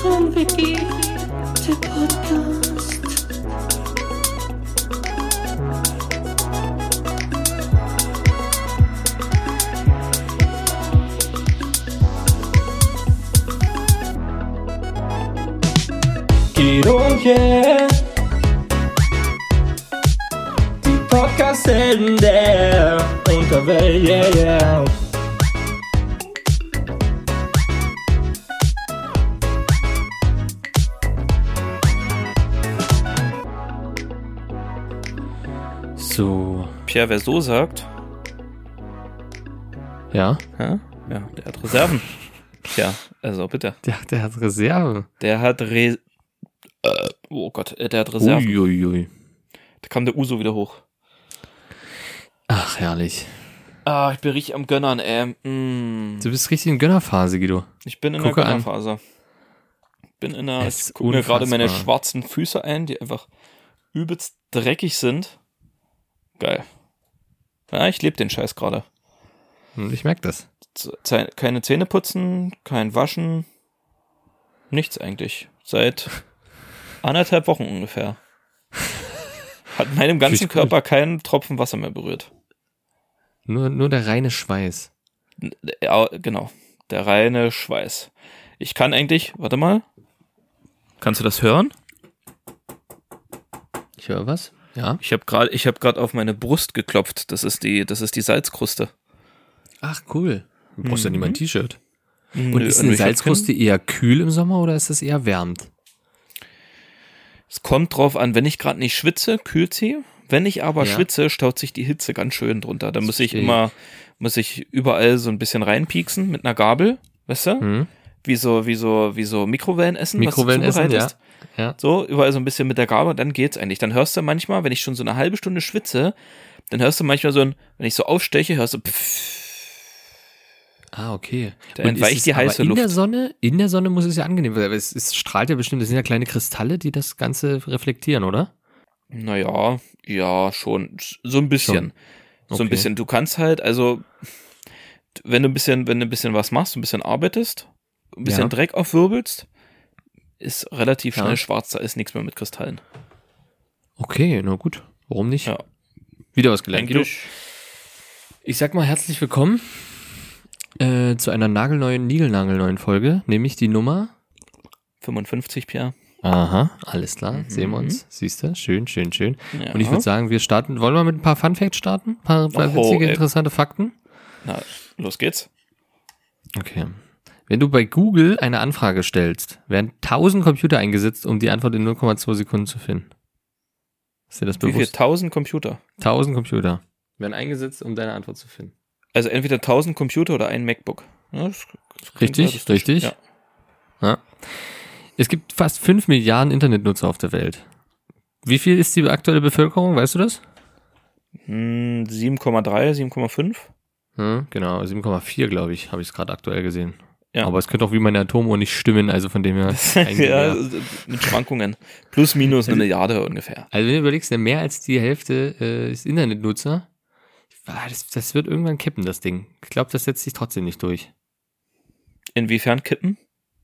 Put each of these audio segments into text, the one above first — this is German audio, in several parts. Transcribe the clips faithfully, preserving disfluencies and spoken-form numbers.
Turnwiki, der Podcast. Guido und yeah, die Podcast-Helden der Unterwelt, yeah, yeah. So. Pierre, wer so sagt, Ja? ja, ja der hat Reserven. Tja, also bitte. Der, der hat Reserve. Der hat Re... Äh, oh Gott, der hat Reserven. Uiuiui. Ui, ui. Da kam der Uso wieder hoch. Ach, herrlich. Ah, ich bin richtig am Gönnern, ey. Mm. Du bist richtig in Gönnerphase, Guido. Ich bin in Gucke der an. Gönnerphase. Ich bin in einer... Es Ich gucke mir gerade meine unfassbar. schwarzen Füße ein, die einfach übelst dreckig sind. Geil. Ja, ich lebe den Scheiß gerade. Und ich merke das. Z- Keine Zähne putzen, kein Waschen, nichts eigentlich. Seit anderthalb Wochen ungefähr. Hat meinem ganzen Fühlst du Körper keinen Tropfen Wasser mehr berührt. Nur, nur der reine Schweiß. Ja, genau. Der reine Schweiß. Ich kann eigentlich, warte mal. Kannst du das hören? Ich höre was? Ja. Ich habe gerade, ich habe gerade auf meine Brust geklopft. Das ist die, das ist die Salzkruste. Ach, cool. Du brauchst ja Mhm. nicht mein T-Shirt. Nö, Und ist nö, eine ich hab Salzkruste eher kühl im Sommer oder ist das eher wärmend? Es kommt drauf an, wenn ich gerade nicht schwitze, kühlt sie. Wenn ich aber Ja. schwitze, staut sich die Hitze ganz schön drunter. Da muss ich Verstehe. immer, muss ich überall so ein bisschen reinpieksen mit einer Gabel, weißt du? Hm? Wie so, wie so, wie so Mikrowellenessen, Mikrowellenessen, was du zubereitest. ja. Ja. So, überall so ein bisschen mit der Gabel, dann geht's eigentlich. Dann hörst du manchmal, wenn ich schon so eine halbe Stunde schwitze, dann hörst du manchmal so ein, wenn ich so aufsteche, hörst du pfff. Ah, okay. Da Und entweicht ist es die heiße aber in Luft. der Sonne, in der Sonne muss es ja angenehm sein, aber es, es strahlt ja bestimmt, das sind ja kleine Kristalle, die das Ganze reflektieren, oder? Naja, ja, schon. So ein bisschen. So Okay. ein bisschen. Du kannst halt, also, wenn du ein bisschen, wenn du ein bisschen was machst, ein bisschen arbeitest, ein bisschen Ja. Dreck aufwirbelst, ist relativ schnell Ja. schwarz, da ist nichts mehr mit Kristallen. Okay, na gut. Warum nicht? Ja. Wieder was gelernt. Guido, Eigentlich, ich sag mal herzlich willkommen äh, zu einer nagelneuen, niegelnagelneuen Folge, nämlich die Nummer. fünfundfünfzig, Pierre. Aha, alles klar, Mhm. sehen wir uns. Siehst du? Schön, schön, schön. Ja. Und ich würde sagen, wir starten, wollen wir mit ein paar Fun Facts starten? Ein paar, paar Oho, witzige, ey. interessante Fakten? Na, los geht's. Okay. Wenn du bei Google eine Anfrage stellst, werden tausend Computer eingesetzt, um die Antwort in null Komma zwei Sekunden zu finden. Ist dir das Wie viel? bewusst? Tausend Computer. tausend Computer werden eingesetzt, um deine Antwort zu finden. Also entweder tausend Computer oder ein MacBook. Ja, das, das klingt Richtig, realistisch. richtig. Ja. Ja. Es gibt fast fünf Milliarden Internetnutzer auf der Welt. Wie viel ist die aktuelle Bevölkerung, weißt du das? Hm, sieben Komma drei, sieben Komma fünf. Hm, genau, sieben Komma vier, glaube ich, habe ich es gerade aktuell gesehen. Ja. Aber es könnte auch wie meine Atomuhr nicht stimmen, also von dem her. eigentlich Ja, mehr. mit Schwankungen. Plus, minus eine Milliarde ungefähr. Also wenn du überlegst, ne, mehr als die Hälfte äh, ist Internetnutzer, ah, das, das wird irgendwann kippen, das Ding. Ich glaube, das setzt sich trotzdem nicht durch. Inwiefern kippen?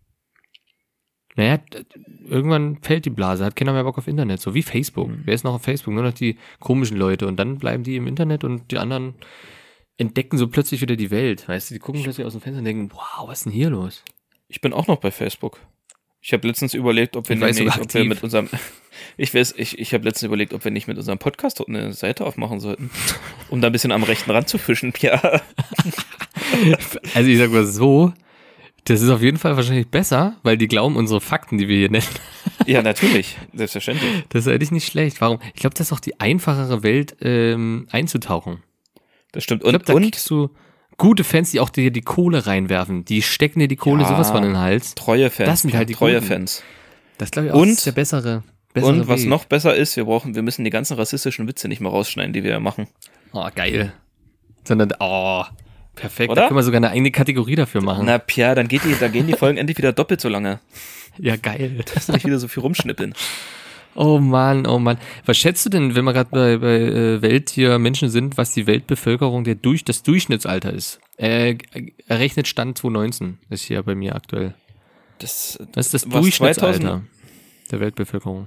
Naja, d- irgendwann fällt die Blase, hat keiner mehr Bock auf Internet, so wie Facebook. Mhm. Wer ist noch auf Facebook? Nur noch die komischen Leute und dann bleiben die im Internet und die anderen entdecken so plötzlich wieder die Welt. Weißt du, die gucken plötzlich aus dem Fenster und denken, wow, was ist denn hier los? Ich bin auch noch bei Facebook. Ich habe letztens überlegt, ob wir, Ich weiß, nicht, sogar ob wir aktiv. mit unserem, ich weiß, ich, ich habe letztens überlegt, ob wir nicht mit unserem Podcast eine Seite aufmachen sollten, um da ein bisschen am rechten Rand zu fischen. Ja, Also ich sag mal so, das ist auf jeden Fall wahrscheinlich besser, weil die glauben unsere Fakten, die wir hier nennen. ja, natürlich, selbstverständlich. Das ist eigentlich nicht schlecht. Warum? Ich glaube, das ist auch die einfachere Welt ähm, einzutauchen. Das stimmt. Ich glaube, Und, da und kriegst du gute Fans, die auch dir die Kohle reinwerfen. Die stecken dir die Kohle Ja. sowas von in den Hals. treue Fans. Das sind halt die treue Guten. Fans. Das glaube ich auch Und- ist der bessere, bessere Und was Weg. noch besser ist, wir brauchen, wir müssen die ganzen rassistischen Witze nicht mehr rausschneiden, die wir machen. Oh, geil. Sondern, oh, perfekt. Oder? Da können wir sogar eine eigene Kategorie dafür machen. Na, Pierre, dann geht die, dann gehen die Folgen endlich wieder doppelt so lange. Ja, geil. Dass nicht wieder so viel rumschnippeln. Oh Mann, oh Mann. Was schätzt du denn, wenn wir gerade bei, bei äh, Welttier-Menschen sind, was die Weltbevölkerung, der durch, das Durchschnittsalter ist? Äh, errechnet Stand zwanzig neunzehn ist hier bei mir aktuell. Das, Das ist das was Durchschnittsalter zweitausend der Weltbevölkerung.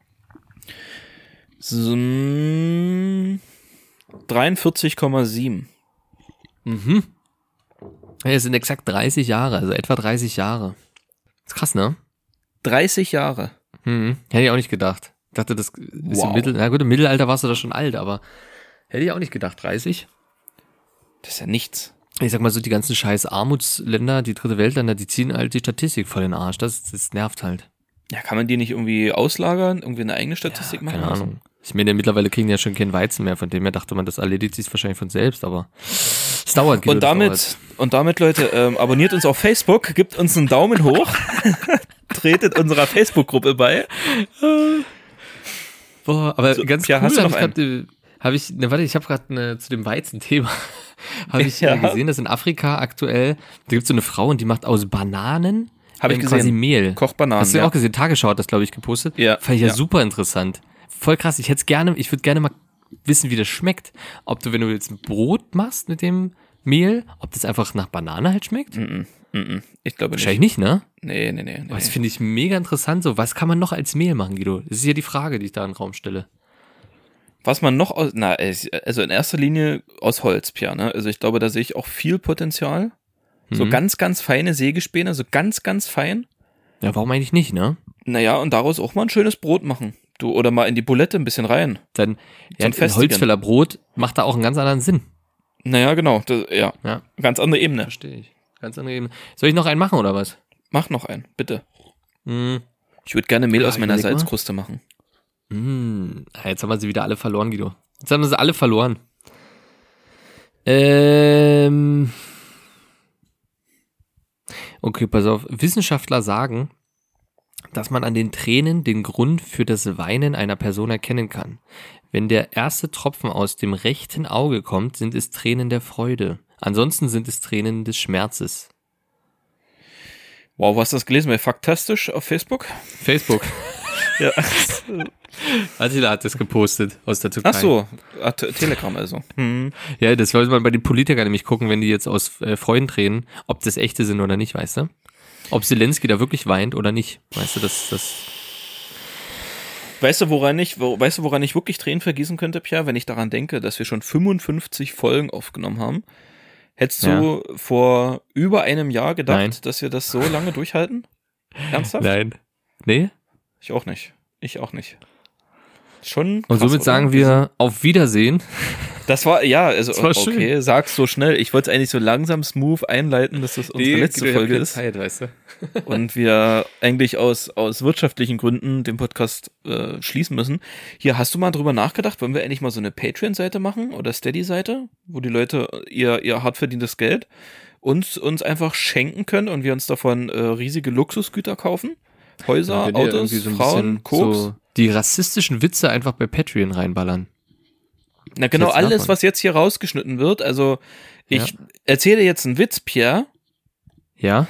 So, mm, dreiundvierzig Komma sieben. Mhm. Ja, es sind exakt dreißig Jahre, also etwa dreißig Jahre. Ist krass, ne? dreißig Jahre. Mhm. Hätte ich auch nicht gedacht. Ich dachte, das ist Wow. im Mittel, na gut, im Mittelalter warst du da schon alt, aber hätte ich auch nicht gedacht, dreißig. Das ist ja nichts. Ich sag mal so, die ganzen scheiß Armutsländer, die dritte Weltländer, die ziehen halt die Statistik vor den Arsch. Das, das nervt halt. Ja, kann man die nicht irgendwie auslagern? Irgendwie eine eigene Statistik machen? Keine lassen? Ahnung. Ich meine, mittlerweile kriegen die ja schon keinen Weizen mehr, von dem her dachte man, das erledigt sich wahrscheinlich von selbst, aber es dauert. Guido, Und damit, das und damit, Leute, ähm, abonniert uns auf Facebook, gebt uns einen Daumen hoch, tretet unserer Facebook-Gruppe bei. dauert. Boah, aber So, ganz ja, cool, hast du habe noch ich gerade, habe ich, ne, warte, ich habe gerade ne, zu dem Weizen-Thema, habe ich Ja. äh, gesehen, dass in Afrika aktuell, da gibt's so eine Frau und die macht aus Bananen Hab ich ähm, gesehen. quasi Mehl. Kochbananen, Hast du ja ja. auch gesehen? Tagesschau hat das, glaube ich, gepostet. Ja, Fand ich ja, ja. super interessant. Voll krass. Ich hätte gerne, ich würde gerne mal wissen, wie das schmeckt. Ob du, wenn du jetzt ein Brot machst mit dem Mehl, ob das einfach nach Banane halt schmeckt? Mm-mm, mm-mm. Ich glaube Wahrscheinlich nicht. nicht, ne? Nee, nee, nee. nee. Aber das finde ich mega interessant. So, was kann man noch als Mehl machen, Guido? Das ist ja die Frage, die ich da in den Raum stelle. Was man noch aus, na, also in erster Linie aus Holz, Pia, ne? Also ich glaube, da sehe ich auch viel Potenzial. So Mhm. ganz, ganz feine Sägespäne, so ganz, ganz fein. Ja, warum eigentlich nicht, ne? Naja, und daraus auch mal ein schönes Brot machen. Du, oder mal in die Bulette ein bisschen rein. Dann, ja, ein Festigen. Holzfällerbrot macht da auch einen ganz anderen Sinn. Naja, genau. Das, ja, Ja, ganz andere Ebene. verstehe ich. Ganz andere Ebene. Soll ich noch einen machen, oder was? Mach noch einen, bitte. Hm. Ich würde gerne Mehl Ja, aus meiner überleg mal. Salzkruste machen. Hm, jetzt haben wir sie wieder alle verloren, Guido. Jetzt haben wir sie alle verloren. Ähm. Okay, pass auf. Wissenschaftler sagen, dass man an den Tränen den Grund für das Weinen einer Person erkennen kann. Wenn der erste Tropfen aus dem rechten Auge kommt, sind es Tränen der Freude. Ansonsten sind es Tränen des Schmerzes. Wow, was hast du das gelesen? Bei Faktastisch auf Facebook? Facebook. Ja. Attila hat das gepostet aus der Türkei. Ach so, ah, Te- Telegram also. Hm. Ja, das wollte man bei den Politikern nämlich gucken, wenn die jetzt aus äh, Freudentränen, ob das echte sind oder nicht, weißt du? Ob Zelensky da wirklich weint oder nicht, weißt du, das, das, Weißt du, woran ich, wo, weißt du, woran ich wirklich Tränen vergießen könnte, Pia, wenn ich daran denke, dass wir schon fünfundfünfzig Folgen aufgenommen haben? Hättest du vor über einem Jahr gedacht, Nein. dass wir das so lange durchhalten? Ernsthaft? nein. Nee? Ich auch nicht. Ich auch nicht. Schon Und krass, somit oder? sagen wir auf Wiedersehen. Das war, ja, also, Das war okay, sag's so schnell. Ich wollte es eigentlich so langsam smooth einleiten, dass das unsere letzte Folge ist. Zeit, weißt du? Und wir eigentlich aus, aus wirtschaftlichen Gründen den Podcast äh, schließen müssen. Hier, hast du mal drüber nachgedacht, wollen wir endlich mal so eine Patreon-Seite machen oder Steady-Seite, wo die Leute ihr, ihr hart verdientes Geld uns, uns einfach schenken können und wir uns davon äh, riesige Luxusgüter kaufen? Häuser, Wenn wir Autos, irgendwie so ein Frauen, bisschen Koks? so die rassistischen Witze einfach bei Patreon reinballern. Na genau, jetzt alles, davon? was jetzt hier rausgeschnitten wird. Also ich Ja. erzähle jetzt einen Witz, Pierre. Ja?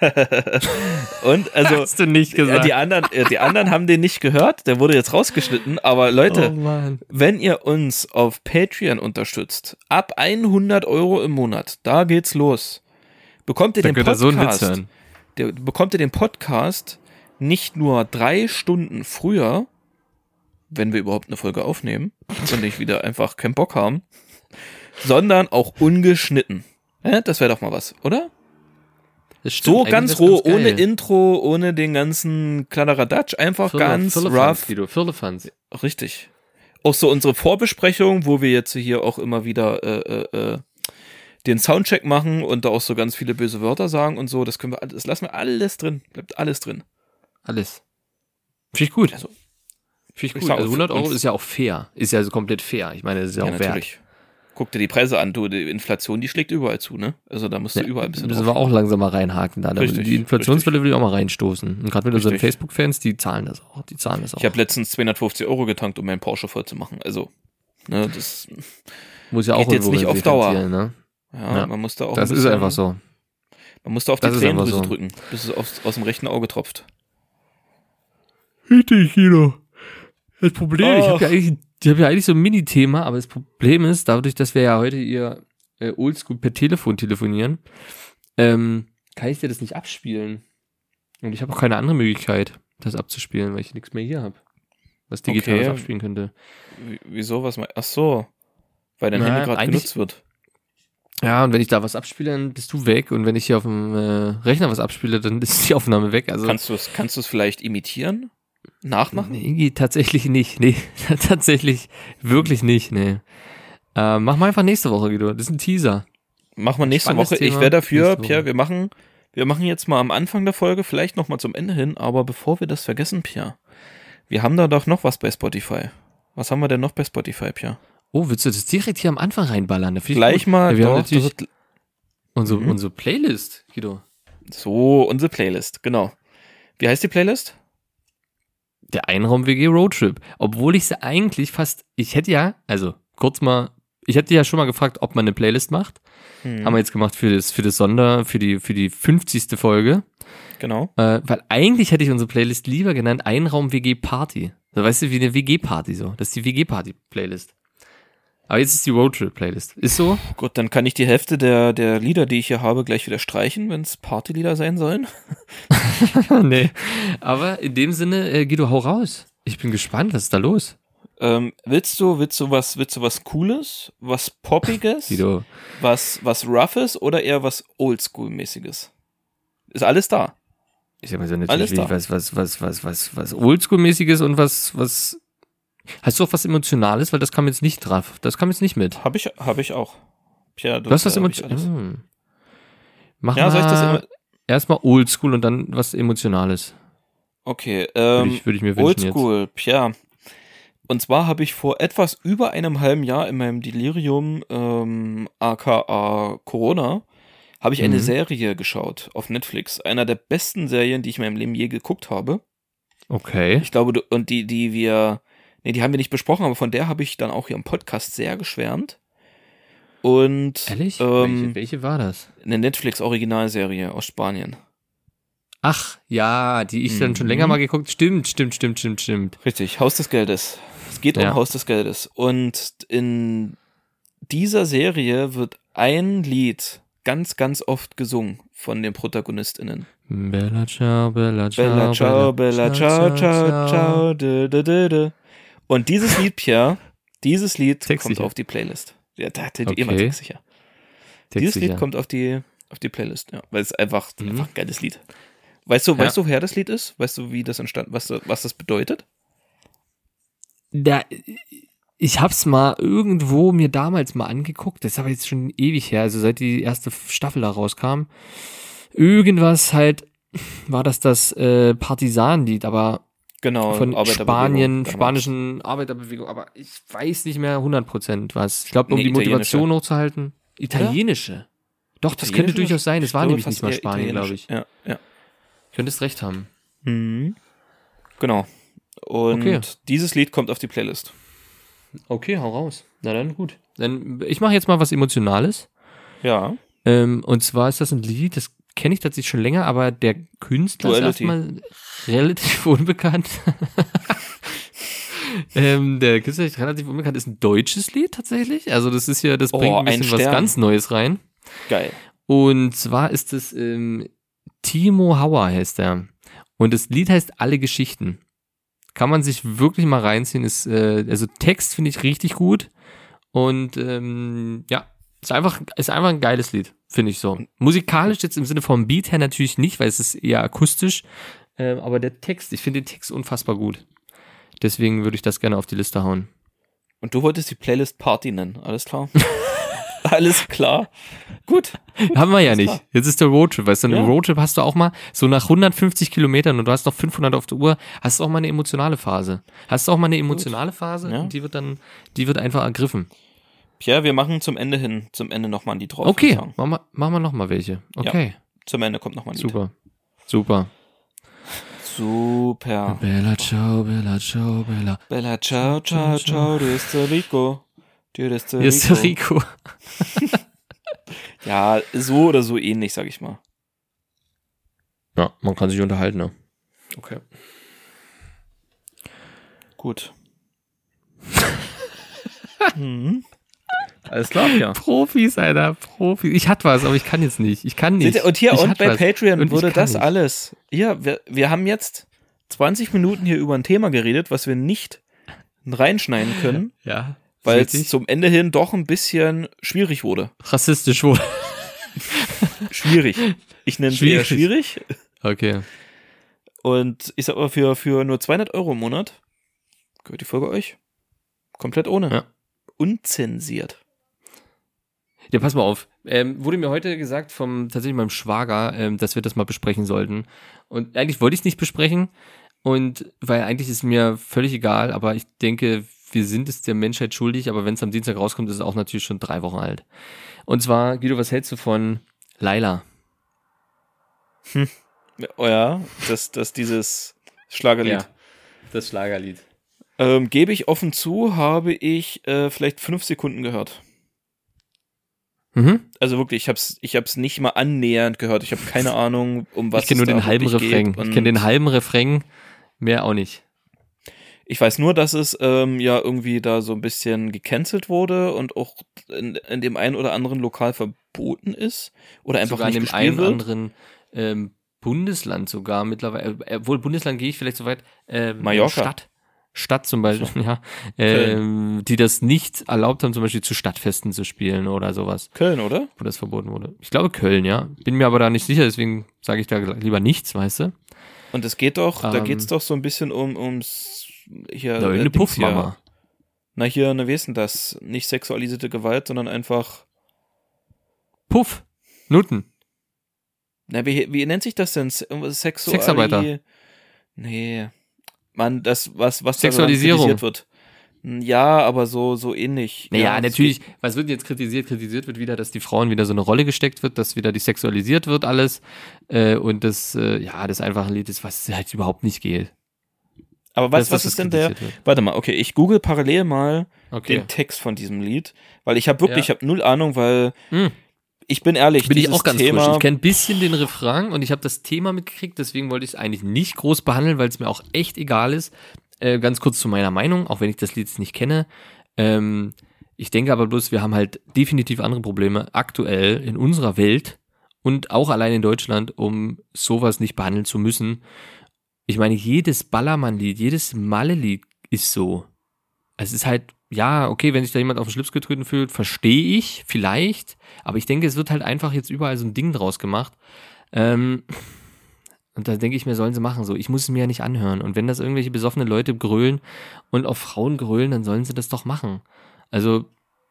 Und also Hast du nicht ja, gesagt. die anderen, äh, die anderen haben den nicht gehört. Der wurde jetzt rausgeschnitten. Aber Leute, Oh Mann. wenn ihr uns auf Patreon unterstützt, ab hundert Euro im Monat, da geht's los, bekommt ihr Da den könnt ihr so einen Witz Podcast, hören. der, bekommt ihr den Podcast nicht nur drei Stunden früher, wenn wir überhaupt eine Folge aufnehmen und nicht wieder einfach keinen Bock haben, sondern auch ungeschnitten. Ja, das wäre doch mal was, oder? Das stimmt, So eigentlich ganz wär's roh, ganz geil. ohne Intro, ohne den ganzen Kladderadatsch, einfach Firle- ganz Firlefanz, rough. Guido, Firlefanz. Richtig. Auch so unsere Vorbesprechung, wo wir jetzt hier auch immer wieder äh, äh, äh, den Soundcheck machen und da auch so ganz viele böse Wörter sagen und so, das können wir alles, das lassen wir alles drin, bleibt alles drin. Alles. Finde ich gut. Also, Finde ich ich gut. sag, Also hundert Euro und- ist ja auch fair. Ist ja also komplett fair. Ich meine, das ist ja, ja, auch wert. natürlich. Guck dir die Preise an, du, die Inflation, die schlägt überall zu, ne? Also da musst du Ja, überall ein bisschen müssen drauf. wir auch langsam mal reinhaken. Da. Richtig, Die Inflationswelle will ich auch mal reinstoßen. Und gerade mit unseren Richtig. Facebook-Fans, die zahlen das auch. Die zahlen das auch. Ich habe letztens zweihundertfünfzig Euro getankt, um meinen Porsche voll zu machen. Also, ne, das, Muss ja auch geht jetzt irgendwo nicht auf Dauer. refinanzieren, Ne? ja, Ja. man muss da auch Das ein ist bisschen, einfach so. Man muss da auf die Das ist einfach Tränendrüse so. drücken, bis es aufs, aus dem rechten Auge tropft. Richtig, Guido. Das Problem, ich Ach. habe ja eigentlich, ich habe ja eigentlich so ein Mini-Thema, aber das Problem ist, dadurch, dass wir ja heute ihr äh, Oldschool per Telefon telefonieren, ähm, kann ich dir das nicht abspielen. Und ich habe auch keine andere Möglichkeit, das abzuspielen, weil ich nichts mehr hier habe, was Digitales Okay. abspielen könnte. W- Wieso, was mal? Ach so, weil dein Na, Handy gerade eigentlich- genutzt wird. Ja, und wenn ich da was abspiele, dann bist du weg. Und wenn ich hier auf dem äh, Rechner was abspiele, dann ist die Aufnahme weg. Also Kannst du es kannst du es vielleicht imitieren? Nachmachen? nee, tatsächlich nicht. Nee, tatsächlich wirklich nicht. Nee. Äh, mach mal einfach nächste Woche, Guido. Das ist ein Teaser. Machen wir nächste Spannendes Woche. Ich Thema. wäre dafür, Nächste Woche. Pierre, wir machen, wir machen jetzt mal am Anfang der Folge, vielleicht noch mal zum Ende hin, aber bevor wir das vergessen, Pierre, wir haben da doch noch was bei Spotify. Was haben wir denn noch bei Spotify, Pierre? Oh, willst du das direkt hier am Anfang reinballern? Da find ich Gleich gut. mal, Ja, wir haben doch, natürlich das wird, unsere, Mhm. unsere Playlist, Guido. so, unsere Playlist, genau. Wie heißt die Playlist? Der Einraum-W G Roadtrip. Obwohl ich sie eigentlich fast, ich hätte ja, also kurz mal, ich hätte ja schon mal gefragt, ob man eine Playlist macht. Hm, Haben wir jetzt gemacht für das, für das Sonder, für die, für die fünfzigste Folge. Genau. Äh, weil eigentlich hätte ich unsere Playlist lieber genannt Einraum-W G Party. So, weißt du, wie eine W G-Party so. Das ist die W G-Party-Playlist. Aber jetzt ist die Roadtrip-Playlist. Ist so? Gut, dann kann ich die Hälfte der, der Lieder, die ich hier habe, gleich wieder streichen, wenn es Partylieder sein sollen. Nee. Aber in dem Sinne, äh, Guido, hau raus. Ich bin gespannt, was ist da los? Ähm, willst du, willst du was, willst du was Cooles, was Poppiges, Guido. was, was Roughes oder eher was Oldschool-mäßiges? Ist alles da. Ich sag mal so Alles natürlich da. was, was, was, was, was, was Oldschool-mäßiges und was, was. Hast du auch was Emotionales? Weil das kam jetzt nicht drauf. Das kam jetzt nicht mit. Habe ich, habe ich auch. Tja, Du hast was da hab ich Emotionales. alles. Hm. Mach Ja, mal soll ich das immer? erstmal Oldschool und dann was Emotionales. Okay, Würde ähm, ich, würde ich mir wünschen jetzt. Oldschool, Tja. Und zwar habe ich vor etwas über einem halben Jahr in meinem Delirium, ähm, aka Corona, habe ich eine Mhm. Serie geschaut auf Netflix. Einer der besten Serien, die ich in meinem Leben je geguckt habe. Okay. Ich glaube, du- und die, die wir, nee, die haben wir nicht besprochen, aber von der habe ich dann auch hier im Podcast sehr geschwärmt. Und Ehrlich? ähm, welche, welche war das? eine Netflix-Originalserie aus Spanien. Ach, ja, die ich dann schon Mhm. länger mal geguckt. Stimmt, stimmt, stimmt, stimmt, stimmt. Richtig, Haus des Geldes. Es geht um Ja. Haus des Geldes. Und in dieser Serie wird ein Lied ganz, ganz oft gesungen von den ProtagonistInnen. Bella ciao, Bella ciao. Bella ciao, Bella ciao, ciao, ciao, dö, dö, dö, dö. Und dieses Lied, Pierre, dieses Lied kommt Textsicher. auf die Playlist. Ja, da hatte Okay. die immer textsicher. Dieses Textsicher. Lied kommt auf die, auf die Playlist, ja. Weil es einfach, Mhm. einfach ein geiles Lied. Weißt du, Ja. weißt du, woher das Lied ist? Weißt du, wie das entstanden, was, was das bedeutet? Da, ich hab's mal irgendwo mir damals mal angeguckt, das ist aber jetzt schon ewig her, also seit die erste Staffel da rauskam. Irgendwas halt war das das äh, Partisanenlied, aber Genau. von Arbeiterbewegung Spanien, damals. spanischen Arbeiterbewegung, aber ich weiß nicht mehr hundert Prozent was. Ich glaube, um Nee, die Motivation italienische. hochzuhalten. Italienische. Doch, das könnte Italienische? durchaus sein. Das war glaube, nämlich fast nicht mal eher Spanien, glaube ich. italienisch. Ja, ja. Könntest recht haben. Mhm. Genau. Und Okay. dieses Lied kommt auf die Playlist. Okay, hau raus. Na dann, gut. Dann, ich mache jetzt mal was Emotionales. Ja. Ähm, und zwar ist das ein Lied, das kenne ich tatsächlich schon länger, aber der Künstler Duality. ist erstmal relativ unbekannt. ähm, der Künstler ist relativ unbekannt, ist ein deutsches Lied tatsächlich. Also das ist ja, das Oh, bringt ein ein bisschen was Stern. ganz Neues rein. Geil. Und zwar ist es ähm, Timo Hauer heißt er. Und das Lied heißt Alle Geschichten. Kann man sich wirklich mal reinziehen. Ist, äh, also Text finde ich richtig gut. Und ähm, ja, ist einfach, ist einfach ein geiles Lied, finde ich so. Musikalisch jetzt im Sinne vom Beat her natürlich nicht, weil es ist eher akustisch. Ähm, aber der Text, ich finde den Text unfassbar gut. Deswegen würde ich das gerne auf die Liste hauen. Und du wolltest die Playlist Party nennen, alles klar? Alles klar. Gut. Haben wir ja Alles nicht. klar. Jetzt ist der Roadtrip. Weißt du, Ja. einen Roadtrip hast du auch mal so nach hundertfünfzig Kilometern und du hast noch fünfhundert auf der Uhr, hast du auch mal eine emotionale Phase. Hast du auch mal eine emotionale Phase Ja. und die wird dann, die wird einfach ergriffen. Pierre, wir machen zum Ende hin, zum Ende nochmal ein Lied drauf. würde Okay, ich sagen. machen wir, machen wir noch mal welche. Okay, Zum Ende kommt nochmal ein Lied. super. Super. Super. Bella ciao, Bella ciao, Bella. Bella, ciao, ciao, ciao, du bist der Rico. Du bist der Hier ist der Rico. Ja, so oder so ähnlich, sag ich mal. Ja, man kann sich unterhalten, ne? Okay. Gut. mhm. Alles klar, ja. Profis, Alter, Profis. Ich hatte was, aber ich kann jetzt nicht. Ich kann nicht. Seht ihr, und hier, ich und bei was. Patreon Und wurde ich kann das nicht. alles. Ja, wir, wir haben jetzt zwanzig Minuten hier über ein Thema geredet, was wir nicht reinschneiden können, Ja. weil richtig. es zum Ende hin doch ein bisschen schwierig wurde. Rassistisch wohl. Schwierig. Ich nenne es eher schwierig. Okay. Und ich sag mal, für, für nur zweihundert Euro im Monat gehört die Folge euch. Komplett ohne. Ja. Unzensiert. Ja, pass mal auf. Ähm, wurde mir heute gesagt vom tatsächlich meinem Schwager, ähm, dass wir das mal besprechen sollten. Und eigentlich wollte ich es nicht besprechen. Und weil eigentlich ist mir völlig egal, aber ich denke, wir sind es der Menschheit schuldig, aber wenn es am Dienstag rauskommt, ist es auch natürlich schon drei Wochen alt. Und zwar, Guido, was hältst du von Laila? Hm. Oh ja, das, das dieses Schlagerlied. Ja, das Schlagerlied. Ähm, gebe ich offen zu, habe ich äh, vielleicht fünf Sekunden gehört. Mhm. Also wirklich, ich hab's, ich hab's nicht mal annähernd gehört. Ich habe keine Ahnung, um was Ich kenne nur es da den halben wirklich Refrain. geht. Ich kenne den halben Refrain, mehr auch nicht. Ich weiß nur, dass es ähm, ja irgendwie da so ein bisschen gecancelt wurde und auch in, in dem einen oder anderen Lokal verboten ist oder einfach Sogar nicht in dem gespielt einen wird. anderen ähm, Bundesland sogar mittlerweile, äh, obwohl Bundesland gehe ich vielleicht so weit, ähm, Mallorca. Stadt. Stadt zum Beispiel, So. ja, ähm, die das nicht erlaubt haben, zum Beispiel zu Stadtfesten zu spielen oder sowas, Köln, oder? wo das verboten wurde. Ich glaube Köln, ja. Bin mir aber da nicht sicher, deswegen sage ich da lieber nichts, weißt du? Und es geht doch, da Ähm, geht's doch so ein bisschen um ums hier. Da äh, eine Dings hier. Puffmama. Na hier, ne, wie ist denn das? Nicht sexualisierte Gewalt, sondern einfach. Puff. Nutten. Na, wie, wie nennt sich das denn? Sexuali- Sexarbeiter. Nee. Mann, das, was, was da so Sexualisierung. kritisiert wird. Ja, aber so, so ähnlich. Naja, ja, natürlich, was wird jetzt kritisiert? Kritisiert wird wieder, dass die Frauen wieder so eine Rolle gesteckt wird, dass wieder die sexualisiert wird alles äh, und das, äh, ja, das einfach ein Lied ist, was halt überhaupt nicht geht. Aber was, Das, was das ist denn der? kritisiert wird. Warte mal, okay, ich google parallel mal Okay. den Text von diesem Lied, weil ich habe wirklich, Ja. ich habe null Ahnung, weil Hm. ich bin ehrlich, Bin ich dieses auch ganz Thema, frisch. Ich kenne ein bisschen den Refrain und ich habe das Thema mitgekriegt, deswegen wollte ich es eigentlich nicht groß behandeln, weil es mir auch echt egal ist. Äh, ganz kurz zu meiner Meinung, auch wenn ich das Lied jetzt nicht kenne. Ähm, ich denke aber bloß, wir haben halt definitiv andere Probleme aktuell in unserer Welt und auch allein in Deutschland, um sowas nicht behandeln zu müssen. Ich meine, jedes Ballermann-Lied, jedes Malle-Lied ist so. Es ist halt, ja, okay, wenn sich da jemand auf den Schlips getreten fühlt, verstehe ich, vielleicht. Aber ich denke, es wird halt einfach jetzt überall so ein Ding draus gemacht. Ähm, und da denke ich mir, sollen sie machen so. Ich muss es mir ja nicht anhören. Und wenn das irgendwelche besoffene Leute grölen und auf Frauen grölen, dann sollen sie das doch machen. Also,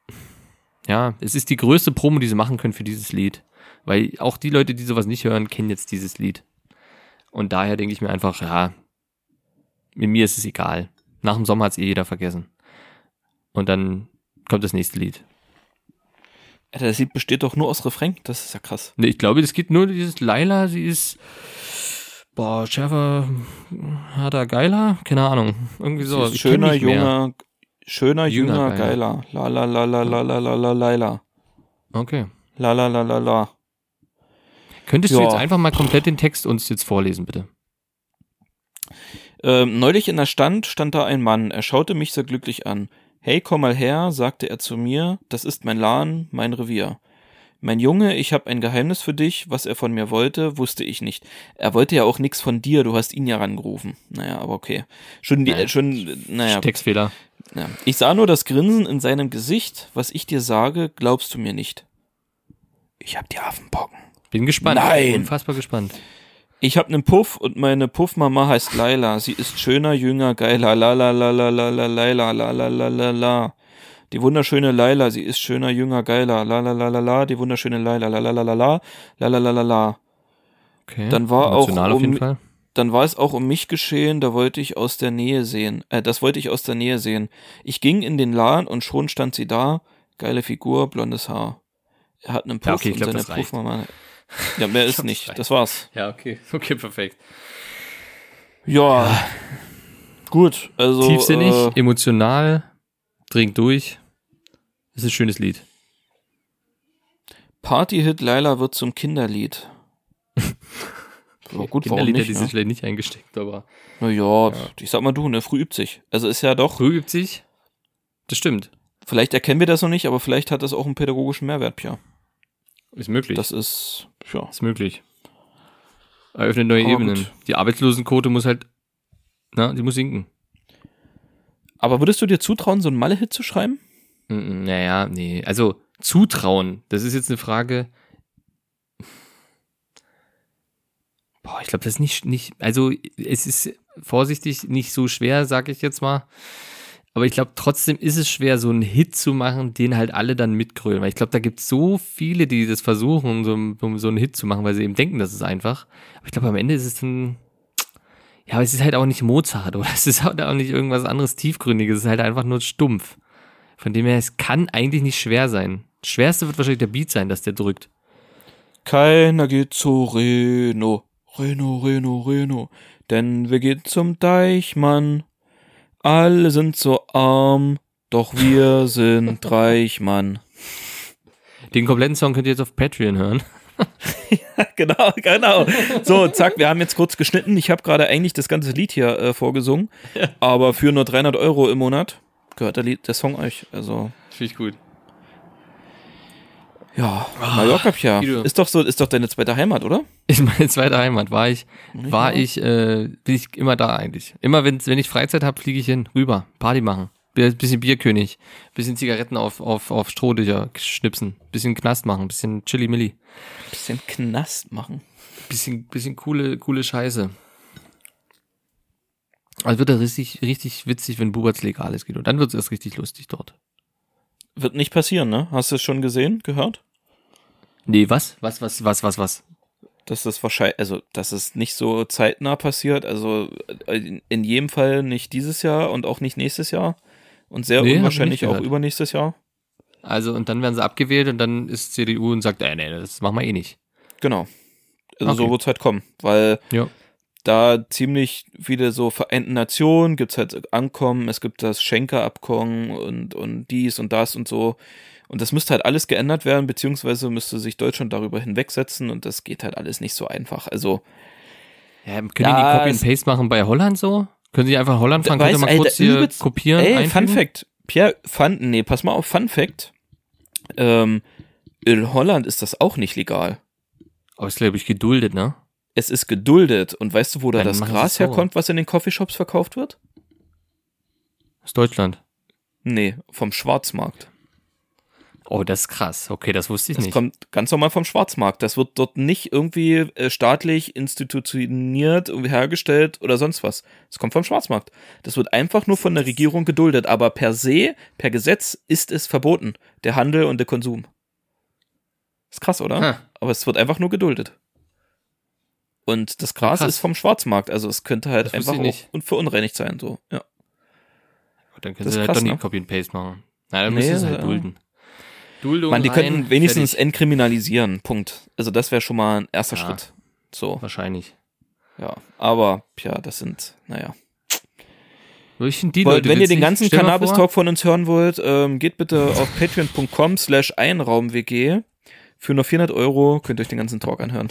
ja, es ist die größte Promo, die sie machen können für dieses Lied. Weil auch die Leute, die sowas nicht hören, kennen jetzt dieses Lied. Und daher denke ich mir einfach, ja, mit mir ist es egal. Nach dem Sommer hat es eh jeder vergessen. Und dann kommt das nächste Lied. Alter, das Lied besteht doch nur aus Refrain, das ist ja krass. Nee, ich glaube, es geht nur dieses Laila, sie ist, boah, schärfer, harter, geiler, keine Ahnung, irgendwie so. Sie ist Ich kenn schöner, nicht mehr. junger, schöner, Jünger, junger, geiler. geiler. La la la la la la la la Laila. Okay. La la la la la. Könntest du Ja. jetzt einfach mal komplett den Text uns jetzt vorlesen, bitte? Ähm, neulich in der Stand stand da ein Mann. Er schaute mich sehr glücklich an. Hey, komm mal her, sagte er zu mir. Das ist mein Laden, mein Revier. Mein Junge, ich habe ein Geheimnis für dich. Was er von mir wollte, wusste ich nicht. Er wollte ja auch nichts von dir. Du hast ihn ja rangerufen. Naja, aber okay. Schon, die, Naja. äh, schon, naja. Textfehler. Ja. Ich sah nur das Grinsen in seinem Gesicht. Was ich dir sage, glaubst du mir nicht. Ich hab die Affenpocken. Bin gespannt. Nein. Unfassbar gespannt. Ich hab nen Puff und meine Puffmama heißt Laila. Sie ist schöner, jünger, geiler. La la la la la la Laila, la la la la la. Die wunderschöne Laila, sie ist schöner, jünger, geiler. La la la la la. Die wunderschöne Laila, la la la la la. La la la la la. Okay. Dann war auch Emotional auf jeden um- Fall. Dann war es auch um mich geschehen, da wollte ich aus der Nähe sehen. Äh, das wollte ich aus der Nähe sehen. Ich ging in den Laden und schon stand sie da. Geile Figur, blondes Haar. Er hat einen Puff Ja, okay, ich und glaub, seine das reicht. Puffmama. Ja, mehr ist glaub, das nicht. reicht. Das war's. Ja, okay. Okay, perfekt. Ja. Gut, also. Tiefsinnig, Äh, emotional, dringt durch. Das ist ein schönes Lied. Partyhit Laila wird zum Kinderlied. Ja, gut, warum Kinderlieder, nicht? die sind Ne? vielleicht nicht eingesteckt, aber Na ja, ich sag mal du, ne, früh übt sich. Also ist ja doch früh übt sich. Das stimmt. Vielleicht erkennen wir das noch nicht, aber vielleicht hat das auch einen pädagogischen Mehrwert, Pia. Ist möglich. Das ist, ja. Ist möglich. Eröffnet neue Aber Ebenen. gut. Die Arbeitslosenquote muss halt, na, die muss sinken. Aber würdest du dir zutrauen, so einen Malle-Hit zu schreiben? Mm, Naja, nee. Also, zutrauen, das ist jetzt eine Frage. Boah, ich glaube, das ist nicht, nicht, also, es ist vorsichtig nicht so schwer, sag ich jetzt mal. Aber ich glaube, trotzdem ist es schwer, so einen Hit zu machen, den halt alle dann mitgrölen. Weil ich glaube, da gibt es so viele, die das versuchen, so, um so einen Hit zu machen, weil sie eben denken, das ist einfach. Aber ich glaube, am Ende ist es ein, ja, aber es ist halt auch nicht Mozart oder es ist halt auch nicht irgendwas anderes Tiefgründiges. Es ist halt einfach nur stumpf. Von dem her, es kann eigentlich nicht schwer sein. Das Schwerste wird wahrscheinlich der Beat sein, dass der drückt. Keiner geht zu Reno, Reno, Reno, Reno, denn wir gehen zum Deichmann. Alle sind so arm, doch wir sind reich, Mann. Den kompletten Song könnt ihr jetzt auf Patreon hören. Ja, genau, genau. So, zack, wir haben jetzt kurz geschnitten. Ich habe gerade eigentlich das ganze Lied hier äh, vorgesungen, Ja. aber für nur dreihundert Euro im Monat gehört der, Lied, der Song euch. Also, Finde ich gut. ja, Mallorca, Pia. Guido. Ist doch so, ist doch deine zweite Heimat, oder? Ist meine zweite Heimat. War ich, war Ja. ich, äh, bin ich immer da eigentlich. Immer wenn, wenn ich Freizeit habe, fliege ich hin, rüber, Party machen. Bi- Bisschen Bierkönig, bisschen Zigaretten auf, auf, auf Strohlöcher schnipsen, bisschen Knast machen, bisschen Chili-Milli, Bisschen Knast machen. bisschen, bisschen coole, coole Scheiße. Also wird das richtig, richtig witzig, wenn Buberts legal ist, Guido. Dann wird es erst richtig lustig dort. Wird nicht passieren, ne? Hast du es schon gesehen, gehört? Nee, was? Was, was, was, was, was? Dass das wahrscheinlich, also, dass es nicht so zeitnah passiert, also in, in jedem Fall nicht dieses Jahr und auch nicht nächstes Jahr und sehr Nee, hab ich unwahrscheinlich nicht auch gehört. übernächstes Jahr. Also, und dann werden sie abgewählt und dann ist C D U und sagt, äh, nee, das machen wir eh nicht. Genau. Also so Okay. wird es halt kommen, weil Ja. da ziemlich viele so Vereinten Nationen gibt's halt Ankommen, es gibt das Schenker-Abkommen und, und dies und das und so. Und das müsste halt alles geändert werden, beziehungsweise müsste sich Deutschland darüber hinwegsetzen und das geht halt alles nicht so einfach. Also, Ja, können Ja, die Copy and es- Paste machen bei Holland so? Können Sie einfach Holland fahren? Weiß, Könnt ihr mal Alter, kurz hier übelst- kopieren? ey, einfügen? Fun Fact. Pierre, Fun, nee, pass mal auf, Fun Fact. Ähm, in Holland ist das auch nicht legal. Aber ist, glaube ich, geduldet, ne? Es ist geduldet. Und weißt du, wo da Dann das machen sie Gras es so. herkommt, was in den Coffeeshops verkauft wird? Aus Deutschland. Nee, vom Schwarzmarkt. Oh, das ist krass. Okay, das wusste ich Das nicht. kommt ganz normal vom Schwarzmarkt. Das wird dort nicht irgendwie äh, staatlich institutioniert, irgendwie hergestellt oder sonst was. Das kommt vom Schwarzmarkt. Das wird einfach nur von der Regierung geduldet. Aber per se, per Gesetz ist es verboten. Der Handel und der Konsum. Ist krass, oder? Ha. Aber es wird einfach nur geduldet. Und das Gras Krass. ist vom Schwarzmarkt. Also es könnte halt Das wusste einfach ich auch nicht. un- verunreinigt sein. So. Ja. Dann das können ist Sie halt krass, doch nicht ne? Copy and Paste machen. Na, dann Nee, müssen Sie es halt ja. dulden. Duldung Man, die rein, könnten wenigstens fertig. entkriminalisieren. Punkt. Also das wäre schon mal ein erster Ja. Schritt. So. Wahrscheinlich. Ja, aber, ja, das sind, naja. Ich finde die Wollt, Leute wenn ihr den witzig. ganzen Stell mal vor- Cannabis-Talk von uns hören wollt, ähm, geht bitte auf patreon.com slash einraumwg. Für nur vierhundert Euro könnt ihr euch den ganzen Talk anhören.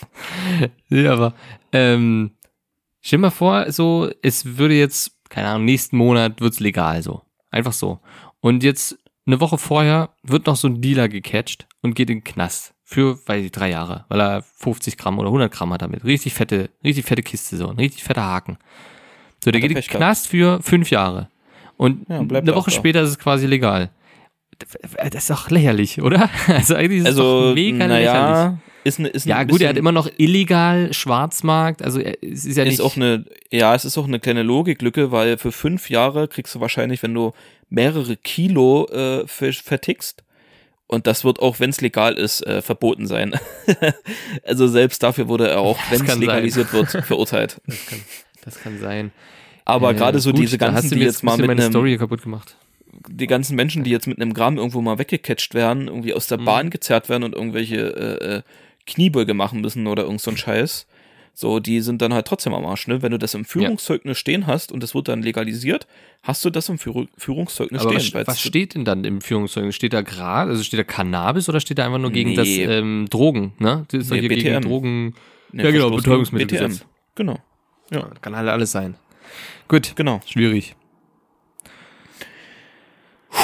Ja, aber ähm, stell mal vor, so, es würde jetzt, keine Ahnung, nächsten Monat wird's legal, so. Einfach so. Und jetzt eine Woche vorher wird noch so ein Dealer gecatcht und geht in den Knast. Für, weiß ich, drei Jahre, weil er fünfzig Gramm oder hundert Gramm hat damit. Richtig fette, richtig fette Kiste, so. Ein richtig fetter Haken. So, der Hat er geht in den Pech gehabt. Knast für fünf Jahre. Und Ja, bleibt eine er Woche auch da. später ist es quasi legal. Das ist doch lächerlich, oder? Also eigentlich ist es Also, doch mega lächerlich. naja, ist eine, ist ein Ja, bisschen, gut, er hat immer noch illegal Schwarzmarkt, also er- es ist ja ist nicht. auch eine, ja, es ist auch eine kleine Logiklücke, weil für fünf Jahre kriegst du wahrscheinlich, wenn du mehrere Kilo äh, ver- vertickst, und das wird auch, wenn es legal ist, äh, verboten sein. Also selbst dafür wurde er auch, Das wenn es kann legalisiert wird, verurteilt. das, kann, das kann sein. Aber Äh, gerade so gut, diese da hast ganzen, du die mir jetzt mal ein bisschen mit meine einem, Story kaputt gemacht. die ganzen Menschen, die jetzt mit einem Gramm irgendwo mal weggecatcht werden, irgendwie aus der Mhm. Bahn gezerrt werden und irgendwelche äh, äh, Kniebeuge machen müssen oder irgend so ein Scheiß. So, die sind dann halt trotzdem am Arsch, ne? Wenn du das im Führungszeugnis stehen hast und das wird dann legalisiert, hast du das im Führ- Führungszeugnis Aber stehen. was, weil's- was steht denn dann im Führungszeugnis? Steht da Gras, also steht da Cannabis oder steht da einfach nur gegen Nee. das ähm, Drogen, ne? Das ist doch Nee, hier B T M. gegen Drogen. Ne, ja, genau, Verstoß gegen Betäubungsmittelgesetz. B T M. Genau, Ja. Kann halt alles sein. Gut, genau. schwierig.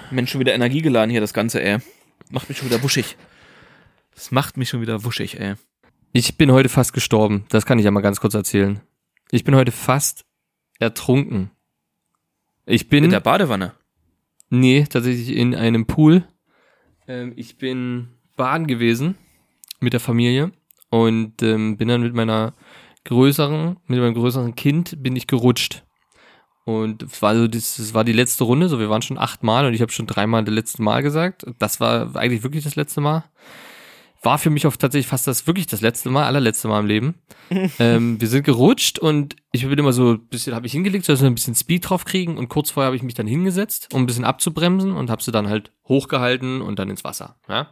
Mensch, schon wieder Energie geladen hier, das Ganze, ey. Macht mich schon wieder wuschig. Das macht mich schon wieder wuschig, ey. Ich bin heute fast gestorben. Das kann ich ja mal ganz kurz erzählen. Ich bin heute fast ertrunken. Ich bin... In der Badewanne? Nee, tatsächlich in einem Pool. Ähm, ich bin baden gewesen mit der Familie und ähm, bin dann mit meiner größeren, mit meinem größeren Kind bin ich gerutscht. Und es war so, das, das war die letzte Runde, so wir waren schon achtmal und ich habe schon dreimal das letzte Mal gesagt. Das war eigentlich wirklich das letzte Mal. War für mich auch tatsächlich fast das wirklich das letzte Mal, allerletzte Mal im Leben. ähm, wir sind gerutscht und ich bin immer so ein bisschen, habe ich hingelegt, so dass wir ein bisschen Speed drauf kriegen und kurz vorher habe ich mich dann hingesetzt, um ein bisschen abzubremsen und habe sie dann halt hochgehalten und dann ins Wasser. Ja.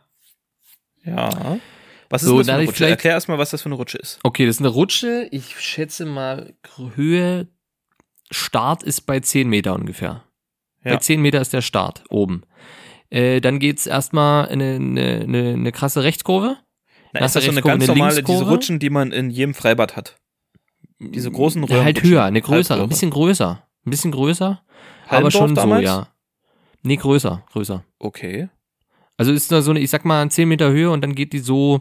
Ja. Was ist So, das für dann eine ich Rutsche? vielleicht- Erklär erstmal, was das für eine Rutsche ist. Okay, das ist eine Rutsche. Ich schätze mal, Höhe, Start ist bei zehn Meter ungefähr. Ja. Bei zehn Meter ist der Start oben. Äh, dann geht's erstmal eine, eine, eine, eine krasse Rechtskurve. Na, Nach ist das so der eine Rechtskurve ganz eine normale, diese Linkskurve? Rutschen, die man in jedem Freibad hat? Diese großen Ja, halt Röhrenrutschen. höher, eine größere, ein Halbröhre. bisschen größer. Ein bisschen größer, aber Halmdorf schon damals? so, ja. Nee, größer, größer. Okay. Also ist da so eine, ich sag mal, zehn Meter Höhe und dann geht die so,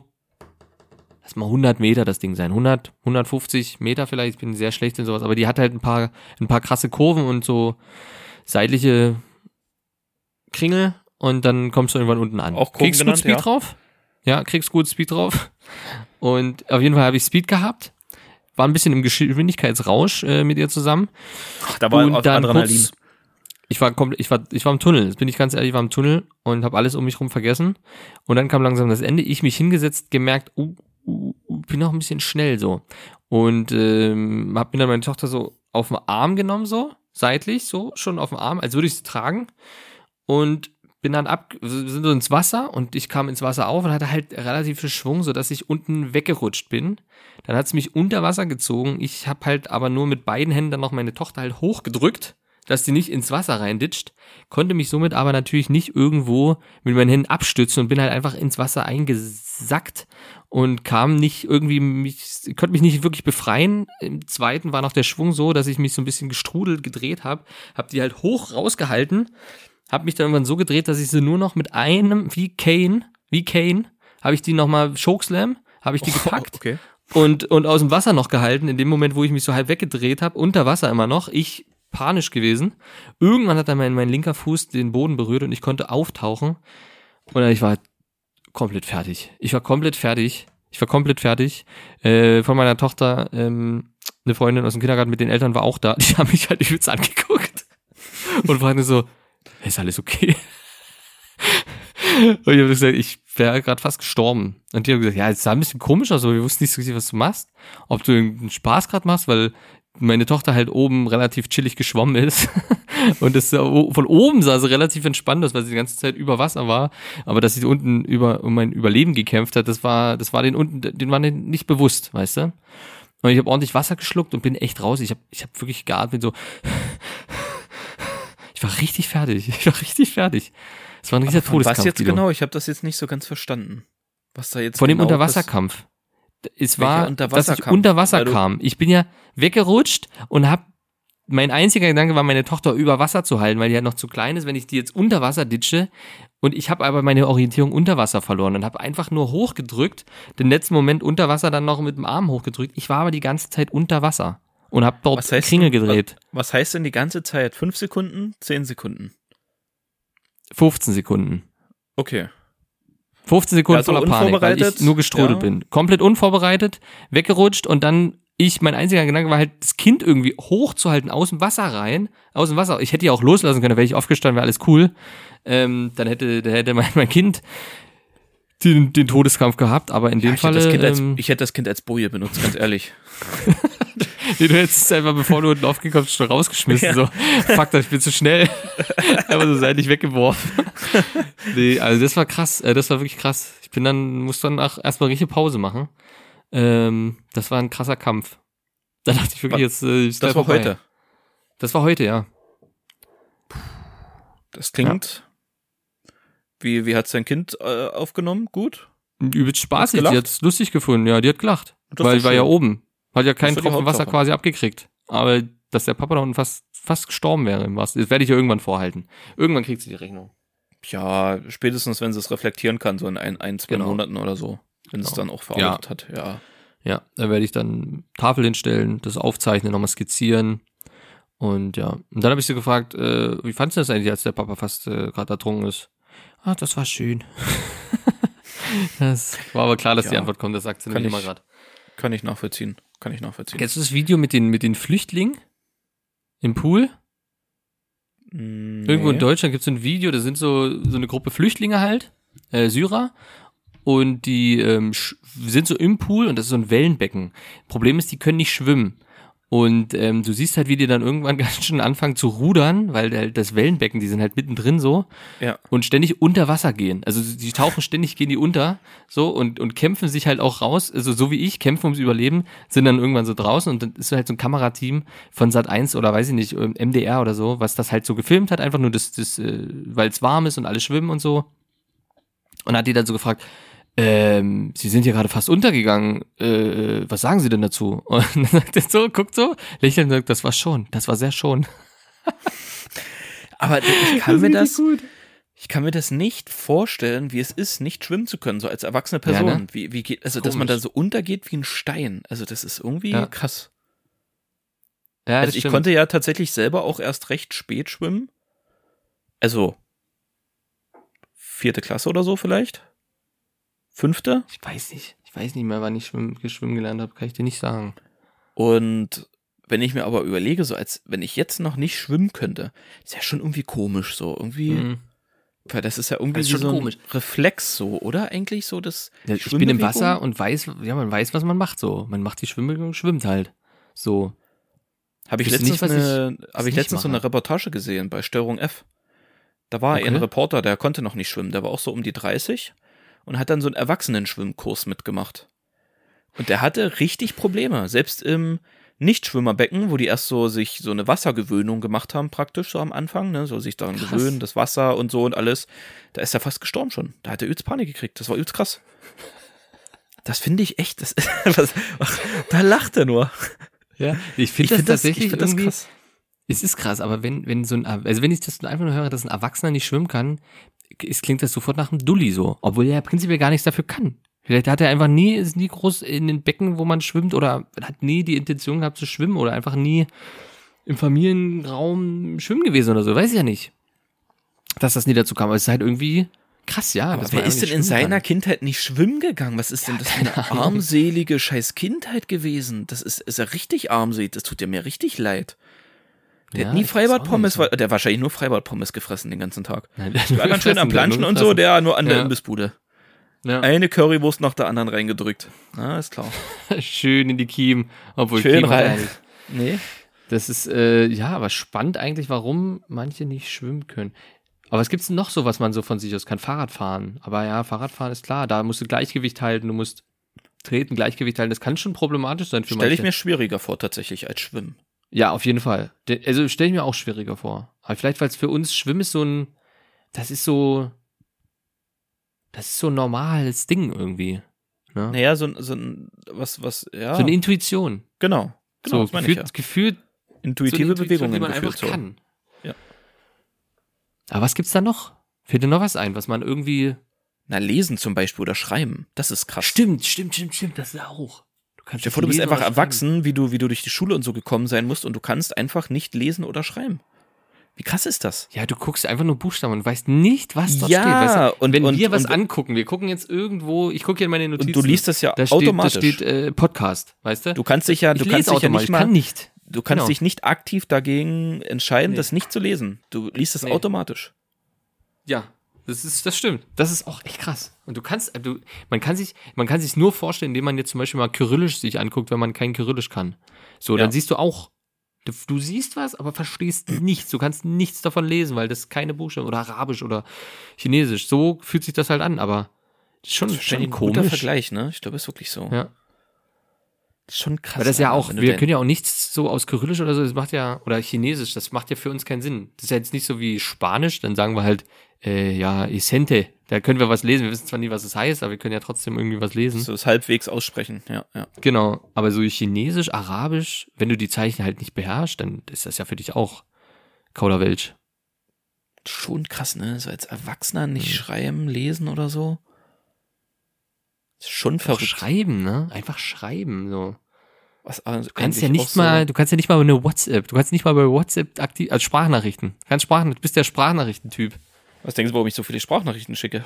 lass mal hundert Meter das Ding sein. hundert, hundertfünfzig Meter vielleicht, ich bin sehr schlecht in sowas, aber die hat halt ein paar, ein paar krasse Kurven und so seitliche Kringel und dann kommst du irgendwann unten an. Auch Kurven kriegst gut genannt, Speed ja. drauf? Ja, kriegst gut Speed drauf. Und auf jeden Fall habe ich Speed gehabt. War ein bisschen im Geschwindigkeitsrausch äh, mit ihr zusammen. Ach, da war und auf dann Adrenalin. kurz, ich war komplett, ich war, ich war im Tunnel. Das bin ich ganz ehrlich, ich war im Tunnel und habe alles um mich rum vergessen. Und dann kam langsam das Ende. Ich mich hingesetzt, gemerkt, uh, uh, uh, bin noch ein bisschen schnell so. Und ähm, hab mir dann meine Tochter so auf den Arm genommen, so seitlich, so schon auf dem Arm, als würde ich sie tragen. Und bin dann ab, sind so ins Wasser und ich kam ins Wasser auf und hatte halt relativ viel Schwung, sodass ich unten weggerutscht bin. Dann hat es mich unter Wasser gezogen. Ich habe halt aber nur mit beiden Händen dann noch meine Tochter halt hochgedrückt, dass die nicht ins Wasser reinditscht, konnte mich somit aber natürlich nicht irgendwo mit meinen Händen abstützen und bin halt einfach ins Wasser eingesackt und kam nicht irgendwie, mich, konnte mich nicht wirklich befreien. Im zweiten war noch der Schwung so, dass ich mich so ein bisschen gestrudelt gedreht habe, habe die halt hoch rausgehalten, habe mich dann irgendwann so gedreht, dass ich sie nur noch mit einem, wie Kane, wie Kane, habe ich die nochmal Chokeslam, habe ich die gepackt. Oh, okay. Und, und aus dem Wasser noch gehalten, in dem Moment, wo ich mich so halb weggedreht habe, unter Wasser immer noch, ich panisch gewesen. Irgendwann hat dann mein, mein linker Fuß den Boden berührt und ich konnte auftauchen. Und dann, ich war komplett fertig. Ich war komplett fertig. Ich war komplett fertig. Äh, von meiner Tochter, ähm, eine Freundin aus dem Kindergarten mit den Eltern war auch da. Die haben mich halt übelst angeguckt und waren so, ist alles okay? Und ich habe gesagt, ich wäre gerade fast gestorben. Und die haben gesagt, ja, es sah ein bisschen komisch aus, aber wir wussten nicht so richtig, was du machst. Ob du irgendeinen Spaß gerade machst, weil meine Tochter halt oben relativ chillig geschwommen ist. Und das von oben sah sie relativ entspannt aus, weil sie die ganze Zeit über Wasser war. Aber dass sie unten über um mein Überleben gekämpft hat, das war, das war den unten, den war denen nicht bewusst, weißt du? Und ich habe ordentlich Wasser geschluckt und bin echt raus. Ich habe ich hab wirklich geatmet, so. Ich war richtig fertig. Ich war richtig fertig. Es war ein riesiger Aber von Todeskampf. was jetzt Guido. genau? Ich habe das jetzt nicht so ganz verstanden. Was da jetzt Von dem genau Unterwasserkampf. Es Welcher war, dass ich Unterwasserkampf? unter Wasser Weil du- kam. Ich bin ja weggerutscht und hab, mein einziger Gedanke war, meine Tochter über Wasser zu halten, weil die halt noch zu klein ist, wenn ich die jetzt unter Wasser ditsche. Und ich habe aber meine Orientierung unter Wasser verloren und habe einfach nur hochgedrückt, den letzten Moment unter Wasser dann noch mit dem Arm hochgedrückt. Ich war aber die ganze Zeit unter Wasser und habe dort Was heißt Kringel denn- gedreht. Was heißt denn die ganze Zeit? Fünf Sekunden? Zehn Sekunden? fünfzehn Sekunden. Okay. fünfzehn Sekunden Also voller Panik, weil unvorbereitet, ich nur gestrudelt ja. bin. Komplett unvorbereitet, weggerutscht und dann ich, mein einziger Gedanke war halt, das Kind irgendwie hochzuhalten, aus dem Wasser rein, aus dem Wasser. Ich hätte ja auch loslassen können, da wäre ich aufgestanden, wäre alles cool. Ähm, dann hätte, dann hätte mein, mein Kind den, den Todeskampf gehabt, aber in dem Ja, ich, hätte Falle, das kind als, ähm, ich hätte das Kind als Boje benutzt, ganz ehrlich. nee, du hättest es einfach, bevor du unten aufgekommen bist, schon rausgeschmissen, Ja. so, fuck, das, ich bin zu schnell. Einfach so seitlich weggeworfen. Nee, also das war krass, äh, das war wirklich krass. Ich bin dann, musste dann auch erstmal richtig Pause machen. Ähm, das war ein krasser Kampf. Da dachte ich wirklich, jetzt äh, ist Das gleich war vorbei. heute. Das war heute, ja. Das klingt. Wie, wie hat's dein Kind äh, aufgenommen? Gut? Übelst spaßig, gelacht? die hat es lustig gefunden, ja, die hat gelacht. Das ist Weil doch ich war ja schön. oben. Hat ja keinen Das ist doch die Tropfen Wasser Hauptsache. quasi abgekriegt. Aber dass der Papa da unten fast, fast gestorben wäre im Wasser, das werde ich ja irgendwann vorhalten. Irgendwann kriegt sie die Rechnung. Ja, spätestens, wenn sie es reflektieren kann, so in ein, ein zwei Genau. Monaten oder so. Wenn es Genau. dann auch verarbeitet hat, ja. Ja, da werde ich dann Tafel hinstellen, das aufzeichnen, nochmal skizzieren. Und ja, und dann habe ich sie gefragt, äh, wie fandst du das eigentlich, als der Papa fast äh, gerade ertrunken ist? Ah, das war schön. Das war aber klar, dass die Ja, Antwort kommt, das sagt sie kann nämlich immer ich- gerade. Kann ich nachvollziehen. Kann ich nachvollziehen. Kennst du das Video mit den, mit den Flüchtlingen im Pool? Nee. Irgendwo in Deutschland gibt es so ein Video, da sind so, so eine Gruppe Flüchtlinge halt, äh, Syrer, und die ähm, sch- sind so im Pool und das ist so ein Wellenbecken. Problem ist, die können nicht schwimmen. Und ähm, du siehst halt, wie die dann irgendwann ganz schön anfangen zu rudern, weil halt das Wellenbecken, die sind halt mittendrin so Ja. und ständig unter Wasser gehen. Also die tauchen ständig, gehen die unter so und und kämpfen sich halt auch raus, also so wie ich, kämpfen ums Überleben, sind dann irgendwann so draußen und dann ist halt so ein Kamerateam von Sat eins oder weiß ich nicht, M D R oder so, was das halt so gefilmt hat, einfach nur das, das äh, weil es warm ist und alle schwimmen und so. Und hat die dann so gefragt, ähm, Sie sind ja gerade fast untergegangen, äh, was sagen Sie denn dazu? Und dann sagt er so, guckt so, lächelt und sagt, das war schon, das war sehr schon. Aber ich kann mir das, gut. ich kann mir das nicht vorstellen, wie es ist, nicht schwimmen zu können, so als erwachsene Person. Ja, ne? Wie, wie geht, also, dass man da Komisch. so untergeht wie ein Stein. Also, das ist irgendwie Ja. krass. Ja, Also, das ich stimmt. konnte ja tatsächlich selber auch erst recht spät schwimmen. Also, vierte Klasse oder so vielleicht? Fünfte? Ich weiß nicht. Ich weiß nicht mehr, wann ich schwimmen, schwimmen gelernt habe, kann ich dir nicht sagen. Und wenn ich mir aber überlege, so als wenn ich jetzt noch nicht schwimmen könnte, ist ja schon irgendwie komisch so. Irgendwie, Mhm. weil das ist ja irgendwie Das ist wie schon so ein komisch. Reflex so, oder? Eigentlich so das Ja, ich bin im Schwimmbewegung? Wasser und weiß, ja, man weiß, was man macht so. Man macht die Schwimmbewegung, schwimmt halt. So. Habe ich Wisst ihr letztens, nicht, was eine, ich- was hab ich ich letztens so mache? eine Reportage gesehen bei Steuerung F. Da war Okay. ein Reporter, der konnte noch nicht schwimmen, der war auch so um die dreißig und hat dann so einen Erwachsenenschwimmkurs mitgemacht. Und der hatte richtig Probleme, selbst im Nichtschwimmerbecken, wo die erst so sich so eine Wassergewöhnung gemacht haben praktisch so am Anfang, ne, so sich daran Krass. gewöhnen, das Wasser und so und alles. Da ist er fast gestorben schon. Da hat er übelst Panik gekriegt. Das war übelst krass. Das finde ich echt, das ist, was, ach, da lacht er nur. Ja, ich finde das find tatsächlich ich find das irgendwie, krass. es ist krass, aber wenn, wenn so ein, also wenn ich das einfach nur höre, dass ein Erwachsener nicht schwimmen kann, es klingt das sofort nach einem Dulli so, obwohl er prinzipiell gar nichts dafür kann. Vielleicht hat er einfach nie, ist nie groß in den Becken, wo man schwimmt oder hat nie die Intention gehabt zu schwimmen oder einfach nie im Familienraum schwimmen gewesen oder so, weiß ich ja nicht. Dass das nie dazu kam, aber es ist halt irgendwie krass, ja. Aber dass wer man ist einfach denn in nicht schwimmen seiner kann. Kindheit nicht schwimmen gegangen? Was ist denn das für eine keine Ahnung. armselige scheiß Kindheit gewesen? Das ist, ist ja richtig armselig. Das tut ja mir richtig leid. Der Ja, hat nie ich weiß auch Freibad-Pommes, nicht. weil- der hat wahrscheinlich nur Freibad-Pommes gefressen den ganzen Tag. Nein, der Der war ganz schön am Planschen und so, der nur an der Ja. Imbissbude. Ja. Eine Currywurst nach der anderen reingedrückt. Na, ist klar. Schön in die Kiem, obwohl Schön Kiem hat er rein. nicht. Nee. Das ist, äh, ja, aber spannend eigentlich, warum manche nicht schwimmen können. Aber was gibt's denn noch so, was man so von sich aus kann? Fahrradfahren. Aber ja, Fahrradfahren ist klar, da musst du Gleichgewicht halten, du musst treten, Gleichgewicht halten. Das kann schon problematisch sein für Stelle manche. ich mir schwieriger vor, tatsächlich, als Schwimmen. Ja, auf jeden Fall. De- Also stelle ich mir auch schwieriger vor. Aber vielleicht, weil es für uns Schwimmen ist so ein, das ist so, das ist so ein normales Ding irgendwie. Ne? Naja, so, ein- so ein, was, was, ja. So eine Intuition. genau. Genau, so das meine ich ja. gefühlt, gefühlt Intuitive so eine Intuition, Bewegungen die man gefühlt einfach so. kann. Ja. Aber was gibt's da noch? Fällt dir noch was ein, was man irgendwie... Na, lesen zum Beispiel oder schreiben. Das ist krass. Stimmt, stimmt, stimmt, stimmt, das ist auch. Du kannst Stell dir vor, du bist lesen einfach oder schreiben. erwachsen, wie du, wie du durch die Schule und so gekommen sein musst und du kannst einfach nicht lesen oder schreiben. Wie krass ist das? Ja, du guckst einfach nur Buchstaben und weißt nicht, was dort Ja, steht. Weißt du? und- wenn und- wir was und- angucken, wir gucken jetzt irgendwo, ich gucke hier in meine Notizen. Und du liest das ja da steht, automatisch. Da steht äh, Podcast, weißt du? Du kannst dich ja, ich du lese kannst dich ja automatisch, nicht ich mal, kann nicht. du kannst Genau. dich nicht aktiv dagegen entscheiden, Nee. das nicht zu lesen. Du liest es Nee. automatisch. Ja, das ist, das stimmt. Das ist auch echt krass. Und du kannst, du, man kann sich, man kann sich nur vorstellen, indem man jetzt zum Beispiel mal Kyrillisch sich anguckt, wenn man kein Kyrillisch kann. So, Ja. dann siehst du auch, du, du siehst was, aber verstehst nichts. Du kannst nichts davon lesen, weil das keine Buchstaben oder Arabisch oder Chinesisch. So fühlt sich das halt an, aber das ist schon, Das ist schon ein guter komisch. Vergleich, ne? Ich glaube, ist wirklich so. Ja. Das ist schon krass. Aber das ist ja Alter, auch, wenn du wir denn- können ja auch nichts so aus Kyrillisch oder so, das macht ja, oder Chinesisch, das macht ja für uns keinen Sinn. Das ist ja jetzt nicht so wie Spanisch, dann sagen wir halt, äh, ja, Isente, da können wir was lesen. Wir wissen zwar nie, was es heißt, aber wir können ja trotzdem irgendwie was lesen. so das halbwegs aussprechen, ja, ja. Genau, aber so Chinesisch, Arabisch, wenn du die Zeichen halt nicht beherrschst, dann ist das ja für dich auch Kauderwelsch. Schon krass, ne? So als Erwachsener nicht mhm. schreiben, lesen oder so. Ist schon verrückt. Auch schreiben, ne? Einfach schreiben, so. Was, also du kannst ja nicht mal, so du kannst ja nicht mal eine WhatsApp, du kannst nicht mal bei WhatsApp aktiv, als Sprachnachrichten. Du kannst Sprachnachrichten, du bist der Sprachnachrichtentyp. Was denkst du, warum ich so viele Sprachnachrichten schicke?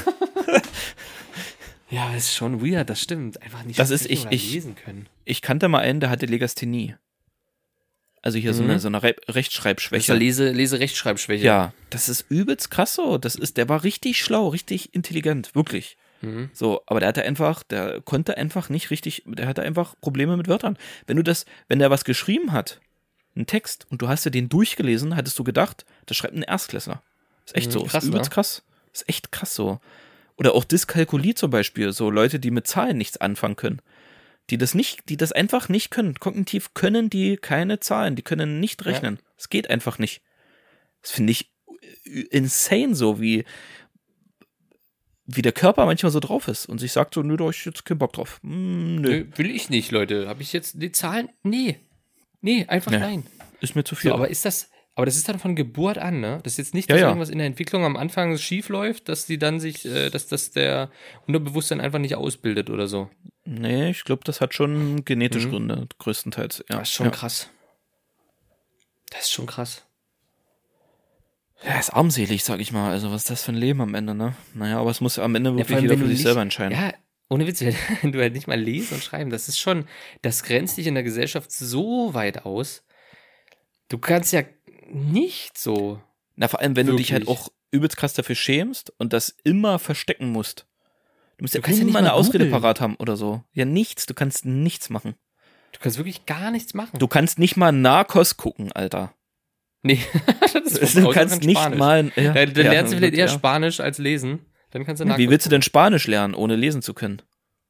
Ja, das ist schon weird, das stimmt. Einfach nicht das ist, ich, ich, lesen können. Ich kannte mal einen, der hatte Legasthenie. Also hier mhm. so eine, so eine Re- Rechtschreibschwäche. Das ist Lese, Lese-Rechtschreibschwäche. Ja, das ist übelst krass so. Das ist, der war richtig schlau, richtig intelligent, wirklich. Mhm. So, aber der hatte einfach, der konnte einfach nicht richtig, der hatte einfach Probleme mit Wörtern. Wenn du das, wenn der was geschrieben hat, einen Text, und du hast dir den durchgelesen, hattest du gedacht, das schreibt ein Erstklässler. Ist echt mhm, so, krass, ist übelst ne? krass. Ist echt krass so. Oder auch Dyskalkulie zum Beispiel, so Leute, die mit Zahlen nichts anfangen können. Die das nicht, die das einfach nicht können. Kognitiv können die keine Zahlen, die können nicht rechnen. Es ja. geht einfach nicht. Das finde ich insane so, wie wie der Körper manchmal so drauf ist und sich sagt so, nö, da hab ich jetzt keinen Bock drauf. Mm, nö. nö. Will ich nicht, Leute. Habe ich jetzt die Zahlen? Nee. Nee, einfach ja. nein. Ist mir zu viel. So, aber ist das, aber das ist dann von Geburt an, ne? Das ist jetzt nicht, ja, dass ja. irgendwas in der Entwicklung am Anfang schief läuft, dass die dann sich, äh, dass das der Unterbewusstsein einfach nicht ausbildet oder so. Nee, ich glaube, das hat schon genetische mhm. Gründe, größtenteils. Ja. Das ist schon ja. krass. Das ist schon krass. Ja, ist armselig, sag ich mal. Also, was ist das für ein Leben am Ende, ne? Naja, aber es muss am Ende wirklich ja, jeder für sich nicht, selber entscheiden. Ja, ohne Witz, wenn du halt nicht mal lesen und schreiben, das ist schon, das grenzt dich in der Gesellschaft so weit aus. Du kannst ja nicht so. Na, vor allem, wenn wirklich. du dich halt auch übelst krass dafür schämst und das immer verstecken musst. Du musst du ja immer ja mal eine Ausrede googlen. parat haben oder so. Ja, nichts. Du kannst nichts machen. Du kannst wirklich gar nichts machen. Du kannst nicht mal Narcos gucken, Alter. Nee, das ist du kannst nicht Spanisch. mal. Ja, dann dann ja, lernst du vielleicht eher ja. Spanisch als lesen. Dann kannst du Narcos Wie willst du denn Spanisch lernen, ohne lesen zu können?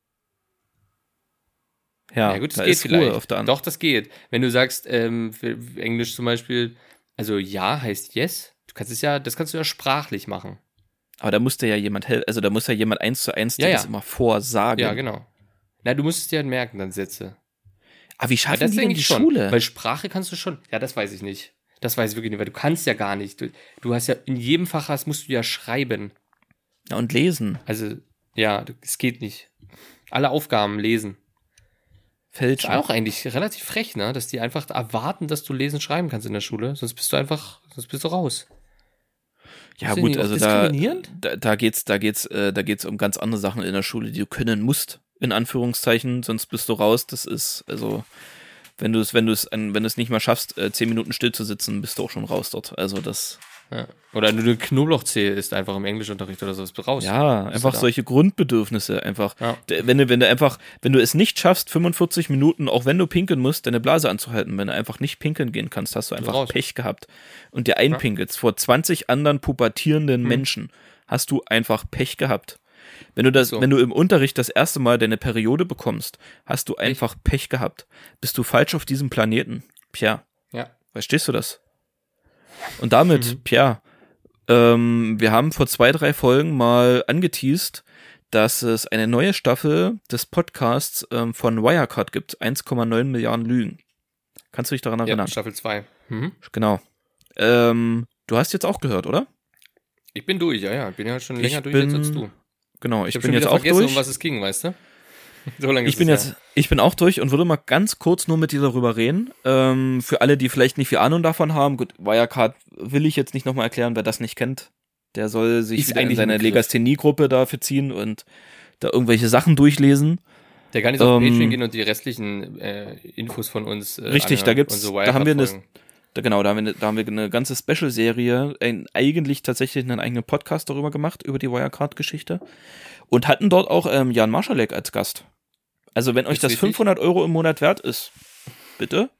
Ja, ja gut, das da geht ist vielleicht. Ruhe auf der anderen. Doch, das geht. Wenn du sagst, ähm, für Englisch zum Beispiel, also ja heißt yes, du kannst es ja, das kannst du ja sprachlich machen. Aber da muss dir ja jemand helfen, also da muss ja jemand eins zu eins dir ja, ja. das immer vorsagen. Ja, genau. Na, du musst es dir halt merken, dann Sätze. Aber wie schaffen ja, das die denn die schon. Schule? Weil Sprache kannst du schon, ja, das weiß ich nicht. Das weiß ich wirklich nicht, weil du kannst ja gar nicht. Du, du hast ja, in jedem Fach hast, musst du ja schreiben. Ja, und lesen. Also, ja, es geht nicht. Alle Aufgaben lesen. Fälschen. Ist auch eigentlich relativ frech, ne? Dass die einfach erwarten, dass du lesen, schreiben kannst in der Schule. Sonst bist du einfach, sonst bist du raus. Ja ist gut, also da, da, da geht's, da geht's, äh, da geht's um ganz andere Sachen in der Schule, die du können musst, in Anführungszeichen, sonst bist du raus. Das ist, also, wenn du es, wenn du es, wenn du es nicht mal schaffst, äh, zehn Minuten still zu sitzen, bist du auch schon raus dort. Also das. Ja. Oder nur eine Knoblauchzehe ist einfach im Englischunterricht oder so, bist du raus. Ja, einfach solche Grundbedürfnisse einfach. Ja. Wenn du, wenn du einfach, wenn du es nicht schaffst, fünfundvierzig Minuten, auch wenn du pinkeln musst, deine Blase anzuhalten, wenn du einfach nicht pinkeln gehen kannst, hast du einfach raus. Pech gehabt. Und dir einpinkelst ja. vor zwanzig anderen pubertierenden hm. Menschen, hast du einfach Pech gehabt. Wenn du das, so. wenn du im Unterricht das erste Mal deine Periode bekommst, hast du einfach Pech, Pech gehabt. Bist du falsch auf diesem Planeten? Tja. Ja. Verstehst du das? Und damit, mhm. Pia, ähm, wir haben vor zwei, drei Folgen mal angeteast, dass es eine neue Staffel des Podcasts ähm, von Wirecard gibt. eins Komma neun Milliarden Lügen. Kannst du dich daran erinnern? Ja, Staffel zwei. Mhm. Genau. Ähm, du hast jetzt auch gehört, oder? Ich bin durch, ja, ja. Ich bin ja schon länger ich durch bin, jetzt als du. Genau, ich, ich bin jetzt auch vergessen, durch. um was es ging, weißt du? So lange ich bin jetzt, ja. ich bin auch durch und würde mal ganz kurz nur mit dir darüber reden. Ähm, für alle, die vielleicht nicht viel Ahnung davon haben, gut, Wirecard will ich jetzt nicht nochmal erklären, wer das nicht kennt. Der soll sich ist wieder in seine Legasthenie-Gruppe dafür ziehen und da irgendwelche Sachen durchlesen. Der kann jetzt auf ähm, Patreon gehen und die restlichen äh, Infos von uns äh, Richtig, da gibt's, so da haben wir eine, da, genau, da haben wir eine, da haben wir eine ganze Special-Serie, ein, eigentlich tatsächlich einen eigenen Podcast darüber gemacht, über die Wirecard-Geschichte. Und hatten dort auch ähm, Jan Marschalek als Gast. Also wenn euch das richtig? fünfhundert Euro im Monat wert ist, bitte,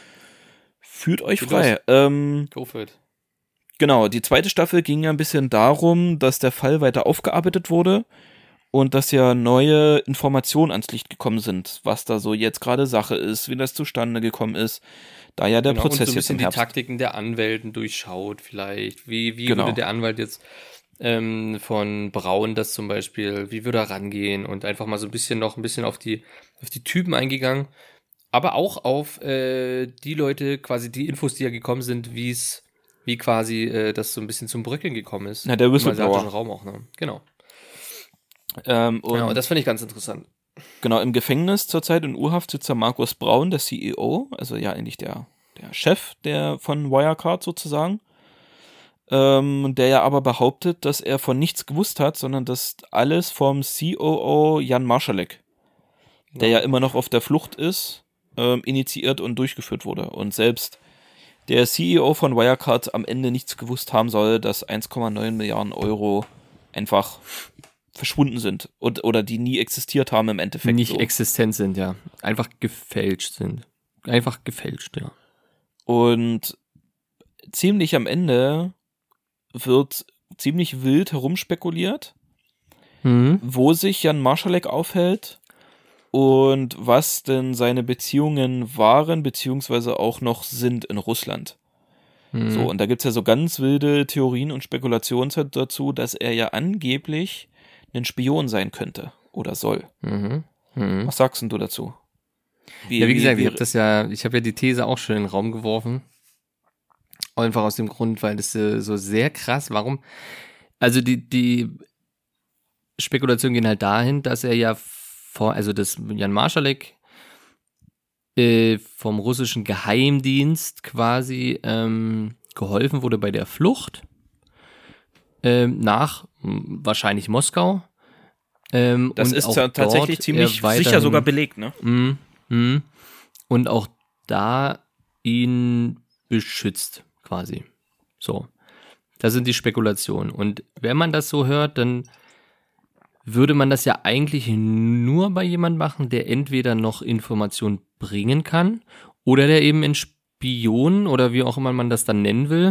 fühlt euch Fühlt frei. Ähm, Go for it. Genau, die zweite Staffel ging ja ein bisschen darum, dass der Fall weiter aufgearbeitet wurde und dass ja neue Informationen ans Licht gekommen sind, was da so jetzt gerade Sache ist, wie das zustande gekommen ist, da ja der genau, Prozess und so ein jetzt im bisschen Herbst. die Taktiken der Anwälten durchschaut vielleicht. Wie, wie genau. würde der Anwalt jetzt ähm, von Braun das zum Beispiel, wie würde er rangehen und einfach mal so ein bisschen noch ein bisschen auf die, auf die Typen eingegangen, aber auch auf äh, die Leute, quasi die Infos, die ja gekommen sind, wie es wie quasi äh, das so ein bisschen zum Bröckeln gekommen ist. Ja, der Im Whistleblower. asiatischen Raum auch, ne? Genau. Ähm, und Ja, und das finde ich ganz interessant. genau, im Gefängnis zurzeit in U-Haft sitzt der Markus Braun, der C E O, also ja eigentlich der, der Chef der von Wirecard sozusagen, ähm, der ja aber behauptet, dass er von nichts gewusst hat, sondern dass alles vom C O O Jan Marschalek, der ja immer noch auf der Flucht ist, ähm, initiiert und durchgeführt wurde. Und selbst der C E O von Wirecard am Ende nichts gewusst haben soll, dass eins Komma neun Milliarden Euro einfach verschwunden sind und, oder die nie existiert haben im Endeffekt. Nicht so. existent sind, ja. Einfach gefälscht sind. Einfach gefälscht, ja. Und ziemlich am Ende wird ziemlich wild herumspekuliert, Mhm. wo sich Jan Marschalek aufhält und was denn seine Beziehungen waren, beziehungsweise auch noch sind in Russland. Mhm. So, und da gibt's ja so ganz wilde Theorien und Spekulationen dazu, dass er ja angeblich ein Spion sein könnte oder soll. Mhm. Mhm. Was sagst denn du dazu? Ja, wie gesagt, ich habe das ja, ich habe ja die These auch schon in den Raum geworfen. Einfach aus dem Grund, weil das äh, so sehr krass, warum, also die, die Spekulationen gehen halt dahin, dass er ja vor, also dass Jan Marschalek äh, vom russischen Geheimdienst quasi ähm, geholfen wurde bei der Flucht ähm, nach m, wahrscheinlich Moskau. Ähm, Das und ist auch ja tatsächlich dort ziemlich er weiterhin- sicher sogar belegt, ne? Mhm. Mhm. Und auch da ihn beschützt, quasi. So. Das sind die Spekulationen. Und wenn man das so hört, dann würde man das ja eigentlich nur bei jemandem machen, der entweder noch Informationen bringen kann oder der eben ein Spion oder wie auch immer man das dann nennen will,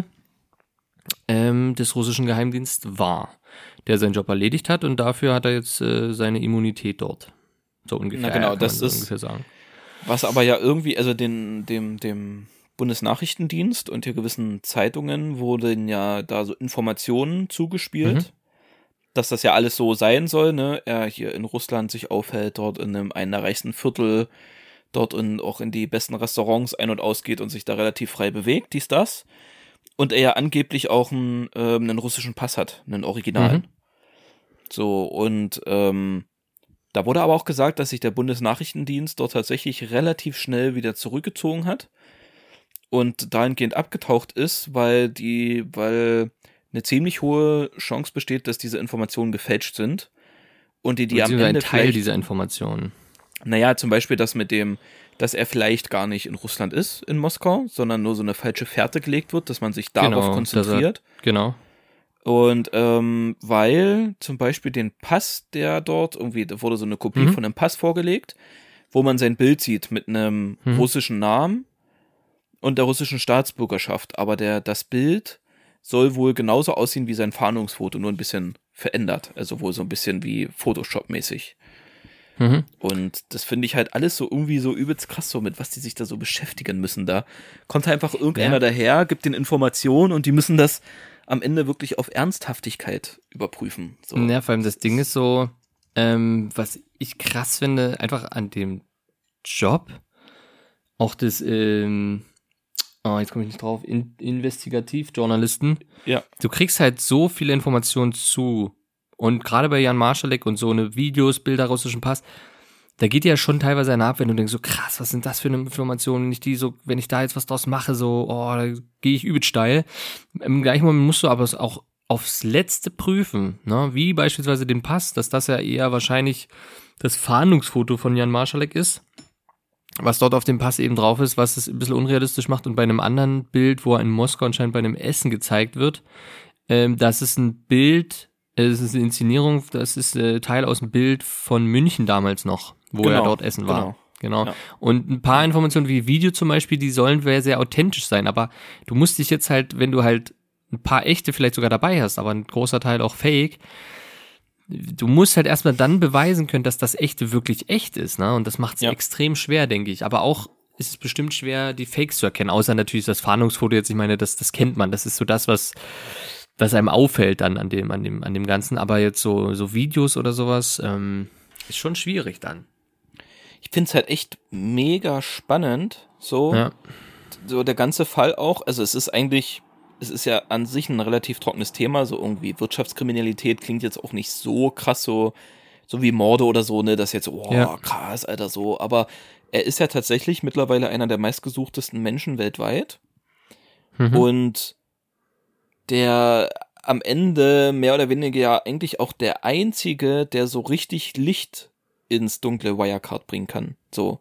ähm, des russischen Geheimdienstes war, der seinen Job erledigt hat und dafür hat er jetzt äh, seine Immunität dort. So ungefähr. Na genau, kann das man so ist- ungefähr sagen. Was aber ja irgendwie, also den, dem, dem Bundesnachrichtendienst und hier gewissen Zeitungen wurden ja da so Informationen zugespielt, Mhm. dass das ja alles so sein soll, ne? Er hier in Russland sich aufhält, dort in einem einen der reichsten Viertel, dort in, auch in die besten Restaurants ein- und ausgeht und sich da relativ frei bewegt, dies, das. Und er ja angeblich auch einen, ähm, einen russischen Pass hat, einen Originalen. Mhm. So, und ähm, da wurde aber auch gesagt, dass sich der Bundesnachrichtendienst dort tatsächlich relativ schnell wieder zurückgezogen hat und dahingehend abgetaucht ist, weil die, weil eine ziemlich hohe Chance besteht, dass diese Informationen gefälscht sind und die, die am Beziehungsweise Ende ein Teil vielleicht, dieser Informationen. naja, zum Beispiel das mit dem, dass er vielleicht gar nicht in Russland ist, in Moskau, sondern nur so eine falsche Fährte gelegt wird, dass man sich darauf Genau, konzentriert. Genau. Und ähm, weil zum Beispiel den Pass, der dort, irgendwie, da wurde so eine Kopie Mhm. von einem Pass vorgelegt, wo man sein Bild sieht mit einem Mhm. russischen Namen und der russischen Staatsbürgerschaft. Aber der, das Bild soll wohl genauso aussehen wie sein Fahndungsfoto, nur ein bisschen verändert. Also wohl so ein bisschen wie Photoshop-mäßig. Mhm. Und das finde ich halt alles so irgendwie so übelst krass, so mit was die sich da so beschäftigen müssen. Da kommt einfach irgendeiner Ja. daher, gibt den Informationen und die müssen das am Ende wirklich auf Ernsthaftigkeit überprüfen. So. Ja, vor allem das Ding ist so, ähm, was ich krass finde, einfach an dem Job, auch des, ähm, oh, jetzt komme ich nicht drauf, in, Investigativjournalisten, Ja. du kriegst halt so viele Informationen zu und gerade bei Jan Marschalek und so eine Videos, Bilder russischen Pass, da geht ja schon teilweise einer ab, wenn du denkst, so krass, was sind das für eine Informationen, nicht die so, wenn ich da jetzt was draus mache, so, oh, da gehe ich übelst steil. Im gleichen Moment musst du aber es auch aufs Letzte prüfen, ne, wie beispielsweise den Pass, dass das ja eher wahrscheinlich das Fahndungsfoto von Jan Marschalek ist, was dort auf dem Pass eben drauf ist, was es ein bisschen unrealistisch macht und bei einem anderen Bild, wo er in Moskau anscheinend bei einem Essen gezeigt wird, ähm, das ist ein Bild, äh, das ist eine Inszenierung, das ist äh, Teil aus dem Bild von München damals noch, wo Genau, er dort essen war. genau. Genau. Ja. Und ein paar Informationen wie Video zum Beispiel, die sollen sehr, sehr authentisch sein, aber du musst dich jetzt halt, wenn du halt ein paar echte vielleicht sogar dabei hast, aber ein großer Teil auch fake, du musst halt erstmal dann beweisen können, dass das Echte wirklich echt ist, ne? Und das macht es Ja. extrem schwer, denke ich. Aber auch ist es bestimmt schwer, die Fakes zu erkennen, außer natürlich das Fahndungsfoto jetzt, ich meine, das, das kennt man, das ist so das, was, was einem auffällt dann an dem, an dem, an dem Ganzen, aber jetzt so, so Videos oder sowas, ähm, ist schon schwierig dann. Ich finde es halt echt mega spannend, so, Ja. so der ganze Fall auch. Also es ist eigentlich es ist ja an sich ein relativ trockenes Thema, so irgendwie Wirtschaftskriminalität klingt jetzt auch nicht so krass, so, so wie Morde oder so, ne, das jetzt, oh, Ja. krass, Alter, so, aber er ist ja tatsächlich mittlerweile einer der meistgesuchtesten Menschen weltweit Mhm. und der am Ende mehr oder weniger ja eigentlich auch der Einzige, der so richtig Licht ins dunkle Wirecard bringen kann, so.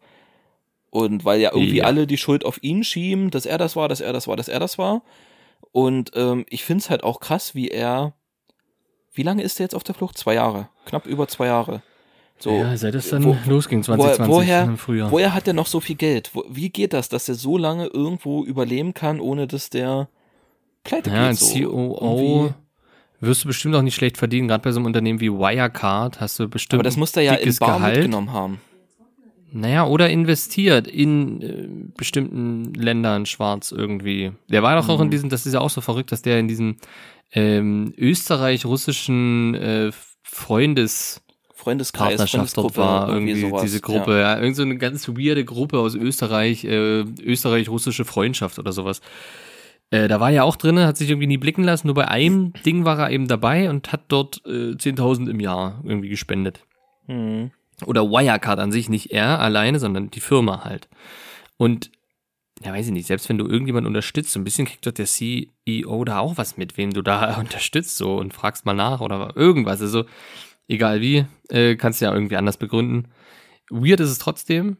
Und weil ja irgendwie Ja. alle die Schuld auf ihn schieben, dass er das war, dass er das war, dass er das war. Und ähm, ich find's halt auch krass, wie er, wie lange ist er jetzt auf der Flucht? Zwei Jahre, knapp über zwei Jahre. So, ja, seit es dann wo- losging, woher, zwanzig zwanzig woher, im Frühjahr. woher hat er noch so viel Geld? Wo, wie geht das, dass er so lange irgendwo überleben kann, ohne dass der pleite Ja, geht? als So. C O O Irgendwie- wirst du bestimmt auch nicht schlecht verdienen. Gerade bei so einem Unternehmen wie Wirecard hast du bestimmt Aber das muss er ja in dickes Bar Gehalt. mitgenommen haben. Naja, oder investiert in äh, bestimmten Ländern schwarz irgendwie. Der war doch auch Mhm. in diesem, das ist ja auch so verrückt, dass der in diesem ähm, österreich-russischen äh, Freundespartnerschaft Freundeskreis, dort war, irgendwie sowas. diese Gruppe, ja. Irgend so eine ganz weirde Gruppe aus Österreich, äh, österreich-russische Freundschaft oder sowas. Äh, da war er ja auch drin, hat sich irgendwie nie blicken lassen, nur bei einem Ding war er eben dabei und hat dort äh, zehntausend im Jahr irgendwie gespendet. Ja. Mhm. Oder Wirecard an sich, nicht er alleine, sondern die Firma halt. Und, ja, weiß ich nicht, selbst wenn du irgendjemanden unterstützt, so ein bisschen kriegt doch der C E O da auch was mit, wem du da unterstützt, so, und fragst mal nach oder irgendwas. Also, egal wie, äh, kannst du ja irgendwie anders begründen. Weird ist es trotzdem.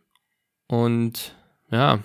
Und, ja,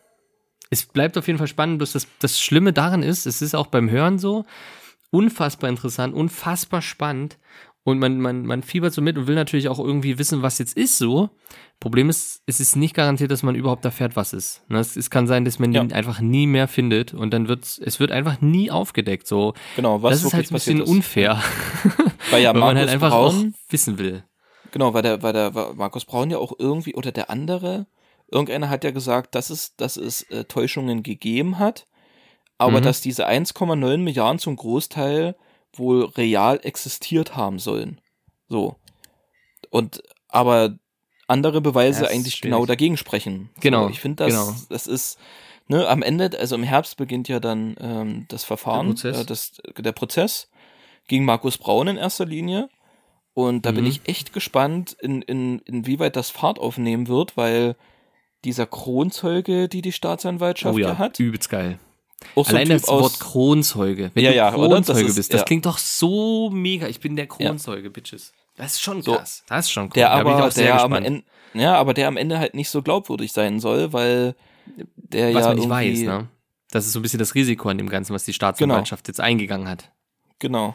es bleibt auf jeden Fall spannend, bloß das, das Schlimme daran ist, es ist auch beim Hören so, unfassbar interessant, unfassbar spannend. Und man, man, man fiebert so mit und will natürlich auch irgendwie wissen, was jetzt ist so. Problem ist, es ist nicht garantiert, dass man überhaupt erfährt, was ist. Ne, Es, es kann sein, dass man Ja. ihn einfach nie mehr findet und dann wird es wird einfach nie aufgedeckt. So, Genau, was das ist halt wirklich ein bisschen passiert ist. unfair, Weil ja weil man Markus halt einfach Braun, auch wissen will. genau, weil der, weil der weil Markus Braun ja auch irgendwie, oder der andere, irgendeiner hat ja gesagt, dass es, dass es äh, Täuschungen gegeben hat, aber Mhm. dass diese eins Komma neun Milliarden zum Großteil wohl real existiert haben sollen. So. Und, aber andere Beweise Ja, ist eigentlich schwierig. genau dagegen sprechen. Genau, So, ich finde das, genau. das ist, ne, am Ende, also im Herbst beginnt ja dann ähm, das Verfahren, Der Prozess. Äh, das, der Prozess gegen Markus Braun in erster Linie. Und da bin Mhm. ich echt gespannt, in, in, inwieweit das Fahrt aufnehmen wird, weil dieser Kronzeuge, die die Staatsanwaltschaft Oh ja ja, hat, übelst geil. auch so ein Allein Typ das aus, Wort Kronzeuge. Wenn Ja, du ja, oder? Das Kronzeuge ist- bist, das ja. klingt doch so mega. Ich bin der Kronzeuge, Bitches. Das ist schon So. krass. Das ist schon cool. der Da bin ich aber, auch sehr der am gespannt. Ende, ja, aber der am Ende halt nicht so glaubwürdig sein soll, weil der Was ja man nicht weiß, irgendwie, ne? Das ist so ein bisschen das Risiko an dem Ganzen, was die Staatsanwaltschaft jetzt eingegangen hat. Genau.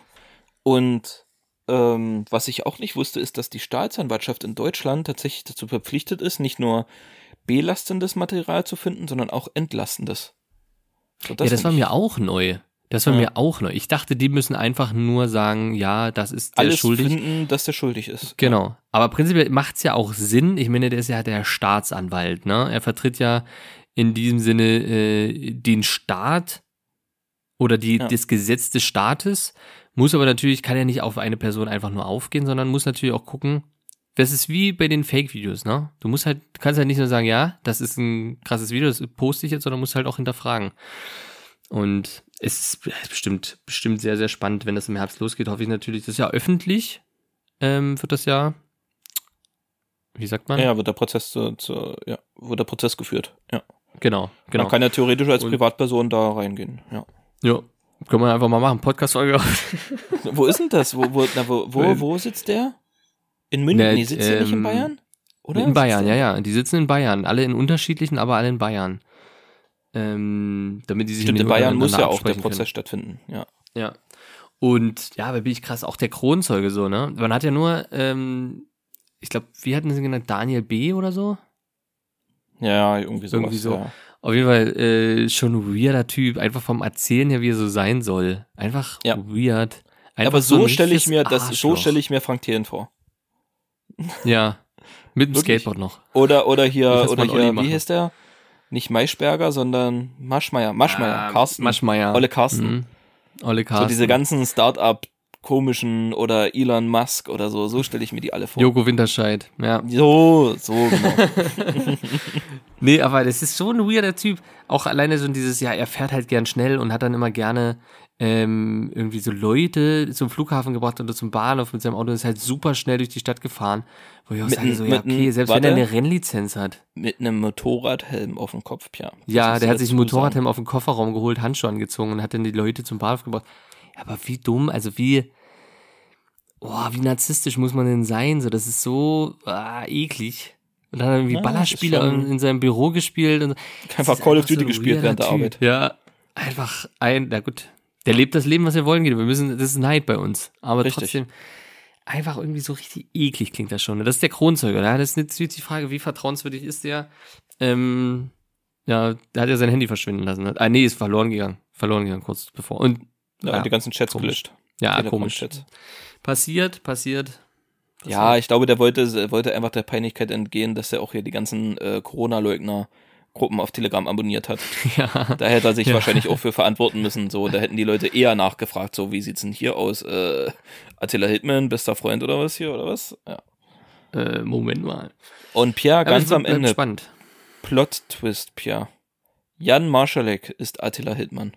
Und ähm, was ich auch nicht wusste, ist, dass die Staatsanwaltschaft in Deutschland tatsächlich dazu verpflichtet ist, nicht nur belastendes Material zu finden, sondern auch entlastendes. So, ja, das find war ich- mir auch neu. Das war Ja. mir auch neu. Ich dachte, die müssen einfach nur sagen, ja, das ist der alles schuldig. finden, dass der schuldig ist. Genau. Aber prinzipiell macht's ja auch Sinn. Ich meine, der ist ja der Staatsanwalt, ne? Er vertritt ja in diesem Sinne äh, den Staat oder die, Ja. das Gesetz des Staates, muss aber natürlich, kann ja nicht auf eine Person einfach nur aufgehen, sondern muss natürlich auch gucken, das ist wie bei den Fake-Videos, ne? Du musst halt, du kannst halt nicht nur sagen, ja, das ist ein krasses Video, das poste ich jetzt, sondern musst halt auch hinterfragen. Und es ist bestimmt, bestimmt sehr, sehr spannend, wenn das im Herbst losgeht, hoffe ich natürlich. Das ist ja öffentlich, ähm, wird das ja, wie sagt man? Ja, wird der Prozess zu, zu, ja, wird der Prozess geführt. Ja. Genau, genau. Man kann ja theoretisch als Und- Privatperson da reingehen. Ja. Ja, können wir einfach mal machen. Podcast-Folge. Wo ist denn das? Wo, wo, na, wo, wo, wo sitzt der? In München? Na, Nee, sitzt der nicht in ähm, Bayern? Oder? In Bayern, Sitzt ja, der- ja. Die sitzen in Bayern. Alle in unterschiedlichen, aber alle in Bayern. Ähm, damit die sich Stimmt, in nicht Bayern muss ja untereinander auch der absprechen Prozess können. stattfinden. Ja. Ja. Und ja, da bin ich krass, auch der Kronzeuge so, ne? Man hat ja nur, ähm, ich glaube, wie hatten sie genannt? Daniel B. oder so? Ja, irgendwie sowas. Irgendwie so. Ja. Auf jeden Fall äh, schon ein weirder Typ, einfach vom Erzählen her, wie er so sein soll. Einfach Ja. weird. Einfach Aber so ein stelle ich richtiges mir das, so Arschloch. stelle ich mir Frank Thelen vor. Ja. Mit dem Wirklich? Skateboard noch. Oder, oder Wie hier, kann's oder man Olli hier, machen? wie heißt der? Nicht Maischberger, sondern Maschmeyer. Maschmeyer, Ah, Carsten. Maschmeyer. Olle Carsten. Mhm. Olle Carsten. So diese ganzen komischen oder Elon Musk oder so. So stelle ich mir die alle vor. Joko Winterscheid, ja. So, so genau. Nee, aber das ist so ein weirder Typ. Auch alleine so dieses, ja, er fährt halt gern schnell und hat dann immer gerne ähm, irgendwie so Leute zum Flughafen gebracht oder zum Bahnhof mit seinem Auto und ist halt super schnell durch die Stadt gefahren. Wo ich auch Mit sage, n- so, ja, mit n- okay, selbst warte. wenn er eine Rennlizenz hat. Mit einem Motorradhelm auf dem Kopf, ja. Das Ja, musst der du hat sich einen dazu Motorradhelm auf den Kofferraum geholt, Handschuhe angezogen und hat dann die Leute zum Bahnhof gebracht. Ja, aber wie dumm, also wie, oh, wie narzisstisch muss man denn sein? So, das ist so ah, eklig. Und dann hat er irgendwie Ja, Ballerspiele das ist schon- in, in seinem Büro gespielt. Und so. Einfach Das ist Call of einfach so Duty ein gespielt während der weirder Arbeit. Typ. Ja, einfach ein, na gut, der lebt das Leben, was wir wollen, geht. Wir müssen, das ist Neid bei uns. Aber Richtig. trotzdem, einfach irgendwie so richtig eklig klingt das schon. Das ist der Kronzeuger. Ja? Das ist jetzt die Frage, wie vertrauenswürdig ist der? Ähm, ja, der hat ja sein Handy verschwinden lassen. Ah, nee, ist verloren gegangen. Verloren gegangen, kurz bevor. Und Ja, ja, und die ganzen Chats komisch. gelöscht. ja, komisch. Telegram-Chats. Passiert, passiert. Ja, ich glaube, der wollte, wollte einfach der Peinlichkeit entgehen, dass er auch hier die ganzen äh, Corona-Leugner-Gruppen auf Telegram abonniert hat. Ja, Da hätte er sich Ja. wahrscheinlich auch für verantworten müssen. So, da hätten die Leute eher nachgefragt, so, wie sieht's denn hier aus? Äh, Attila Hildmann, bester Freund oder was hier, oder was? Ja. äh, Moment mal. Und Pierre, Aber ganz es wird- am bleibt Ende, Spannend. Plot-Twist, Pierre. Jan Marschalek ist Attila Hildmann.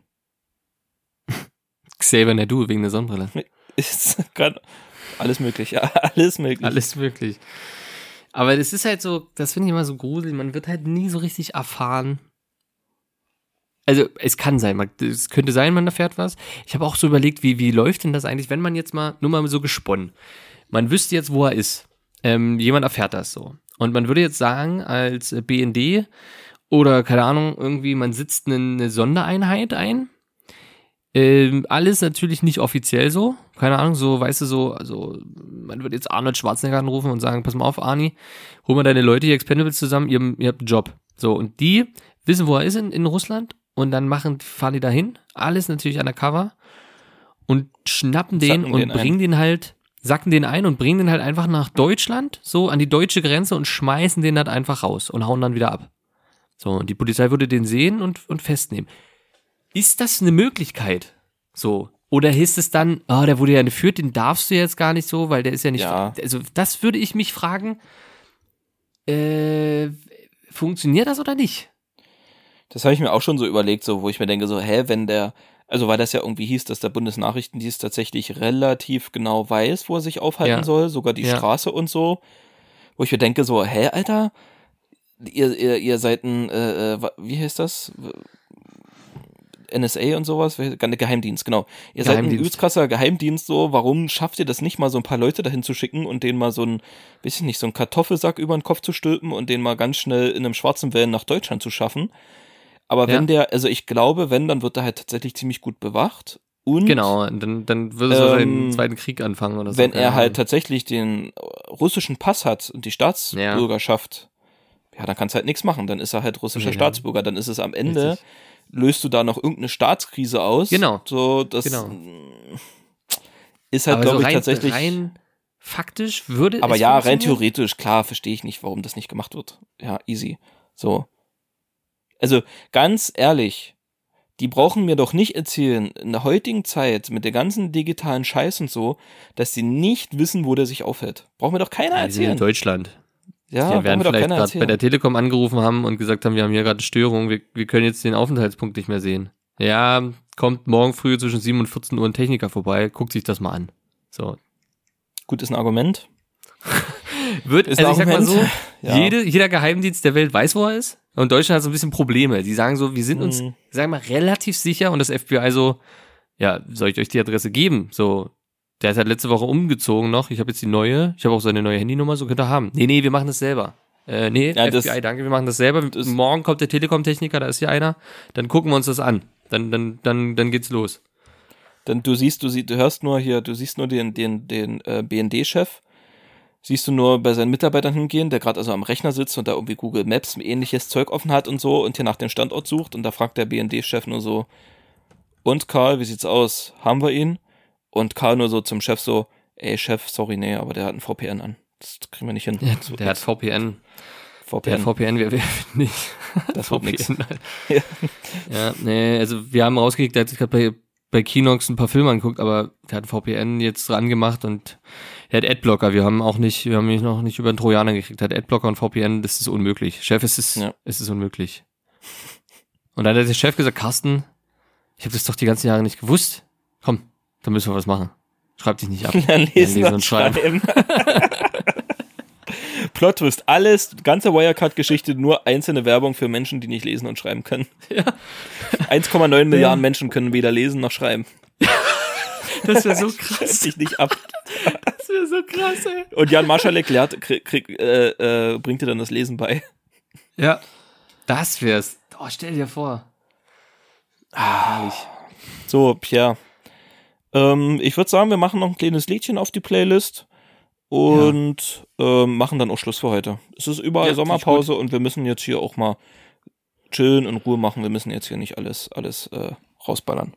Xavier Naidu wegen der Sonnenbrille. Ist grad alles möglich, ja, alles möglich. Alles möglich. Aber das ist halt so, das finde ich immer so gruselig, man wird halt nie so richtig erfahren. Also es kann sein, man- es könnte sein, man erfährt was. Ich habe auch so überlegt, wie, wie läuft denn das eigentlich, wenn man jetzt mal, nur mal so gesponnen, man wüsste jetzt, wo er ist. Ähm, jemand erfährt das so. Und man würde jetzt sagen, als B N D oder, keine Ahnung, irgendwie, man sitzt eine, eine Sondereinheit ein. Ähm, alles natürlich nicht offiziell so. Keine Ahnung, so, weißt du, so, also, man würde jetzt Arnold Schwarzenegger anrufen und sagen, pass mal auf, Arni, hol mal deine Leute, die Expendables zusammen, ihr, ihr habt einen Job. So, und die wissen, wo er ist in, in Russland und dann machen, fahren die dahin, alles natürlich undercover und schnappen den Sacken und den ein. bringen den halt, sacken den ein und bringen den halt einfach nach Deutschland, so an die deutsche Grenze und schmeißen den halt einfach raus und hauen dann wieder ab. So, und die Polizei würde den sehen und, und festnehmen. Ist das eine Möglichkeit? So. Oder hieß es dann, ah, der wurde ja entführt, den darfst du jetzt gar nicht so, weil der ist ja nicht. Ja. Also, das würde ich mich fragen, äh, funktioniert das oder nicht? Das habe ich mir auch schon so überlegt, so, wo ich mir denke, so, hä, wenn der, also weil das ja irgendwie hieß, dass der Bundesnachrichtendienst tatsächlich relativ genau weiß, wo er sich aufhalten Ja. soll, sogar die Ja. Straße und so, wo ich mir denke, so, hä, Alter, ihr, ihr, ihr seid ein, äh, äh, wa- wie heißt das? N S A und sowas, Geheimdienst, genau. Ihr seid ein Geheimdienst. übelst krasser Geheimdienst, so, warum schafft ihr das nicht mal so ein paar Leute dahin zu schicken und denen mal so ein, weiß ich nicht, so einen Kartoffelsack über den Kopf zu stülpen und den mal ganz schnell in einem schwarzen Van nach Deutschland zu schaffen? Aber wenn Ja. der, also ich glaube, wenn, dann wird er halt tatsächlich ziemlich gut bewacht und Genau, und dann, dann würde so Ähm, seinen zweiten Krieg anfangen oder so. wenn keine er halt Ahnung. tatsächlich den russischen Pass hat und die Staatsbürgerschaft, ja, dann kannst du halt nichts machen, dann ist er halt russischer Nee, dann- Staatsbürger, dann ist es am Ende, Richtig. löst du da noch irgendeine Staatskrise aus. Genau. So, das Genau. ist halt, aber so glaube ich, rein, tatsächlich. rein faktisch würde aber es ja, rein funktionieren? theoretisch, klar, verstehe ich nicht, warum das nicht gemacht wird. Ja, easy. So. Also, ganz ehrlich, die brauchen mir doch nicht erzählen, in der heutigen Zeit, mit der ganzen digitalen Scheiß und so, dass sie nicht wissen, wo der sich aufhält. Braucht mir doch keiner Ja, die sind in erzählen. Deutschland. Ja, Die braucht werden mir doch vielleicht keiner gerade bei erzählen. der Telekom angerufen haben und gesagt haben, wir haben hier gerade eine Störung, wir, wir können jetzt den Aufenthaltspunkt nicht mehr sehen. Ja, kommt morgen früh zwischen sieben und vierzehn Uhr ein Techniker vorbei, guckt sich das mal an. So. Gut, ist ein Argument. Wird, Ist also ein ich sag mal so, Argument. Ja. jede, jeder Geheimdienst der Welt weiß, wo er ist. Und Deutschland hat so ein bisschen Probleme. Die sagen so, wir sind uns, Mhm. sagen wir mal, relativ sicher und das F B I so, ja, soll ich euch die Adresse geben? So, der ist halt letzte Woche umgezogen noch. Ich habe jetzt die neue. Ich habe auch seine neue Handynummer, so könnt ihr haben. Nee, nee, wir machen das selber. Äh, nee, Ja, das- F B I, danke, wir machen das selber. das- Morgen kommt der Telekom-Techniker, da ist hier einer. Dann gucken wir uns das an. Dann, dann, dann, dann geht's los. Dann du siehst, du siehst, du hörst nur hier, du siehst nur den, den, den äh, B N D-Chef, siehst du nur bei seinen Mitarbeitern hingehen, der gerade also am Rechner sitzt und da irgendwie Google Maps ähnliches Zeug offen hat und so und hier nach dem Standort sucht und da fragt der B N D-Chef nur so, und Karl, wie sieht's aus? Haben wir ihn? Und Karl nur so zum Chef so, ey Chef, sorry, nee, aber der hat ein V P N an. Das kriegen wir nicht hin. Ja, Das wird der hat nix. V P N. V P Der N. hat V P N, wir, wir nicht. Das wird nix. V P N halt. Ja. Ja, nee, also wir haben rausgekriegt, der hat sich gerade bei bei Kinox ein paar Filme angeguckt, aber der hat V P N jetzt dran gemacht und er hat Adblocker. Wir haben auch nicht, wir haben ihn noch nicht über einen Trojaner gekriegt. Er hat Adblocker und V P N, das ist unmöglich. Chef, es ist, Ja. es ist unmöglich. Und dann hat der Chef gesagt, Carsten, ich habe das doch die ganzen Jahre nicht gewusst. Komm, da müssen wir was machen. Schreib dich nicht ab. Ja, lesen, und schreiben. Plot-Twist, alles, ganze Wirecard-Geschichte, nur einzelne Werbung für Menschen, die nicht lesen und schreiben können. Ja. eins Komma neun Milliarden Menschen können weder lesen noch schreiben. Das wäre so Schreib krass. dich nicht ab. Das wäre so krass, ey. Und Jan Marschalek lehrt, krieg, krieg, äh, äh, bringt dir dann das Lesen bei. Ja. Das wär's. Oh, stell dir vor. Ah, herrlich. So, Pierre. Ähm, ich würde sagen, wir machen noch ein kleines Liedchen auf die Playlist und ja. ähm, machen dann auch Schluss für heute. Es ist überall Ja, Sommerpause und wir müssen jetzt hier auch mal chillen und Ruhe machen. Wir müssen jetzt hier nicht alles, alles äh, rausballern.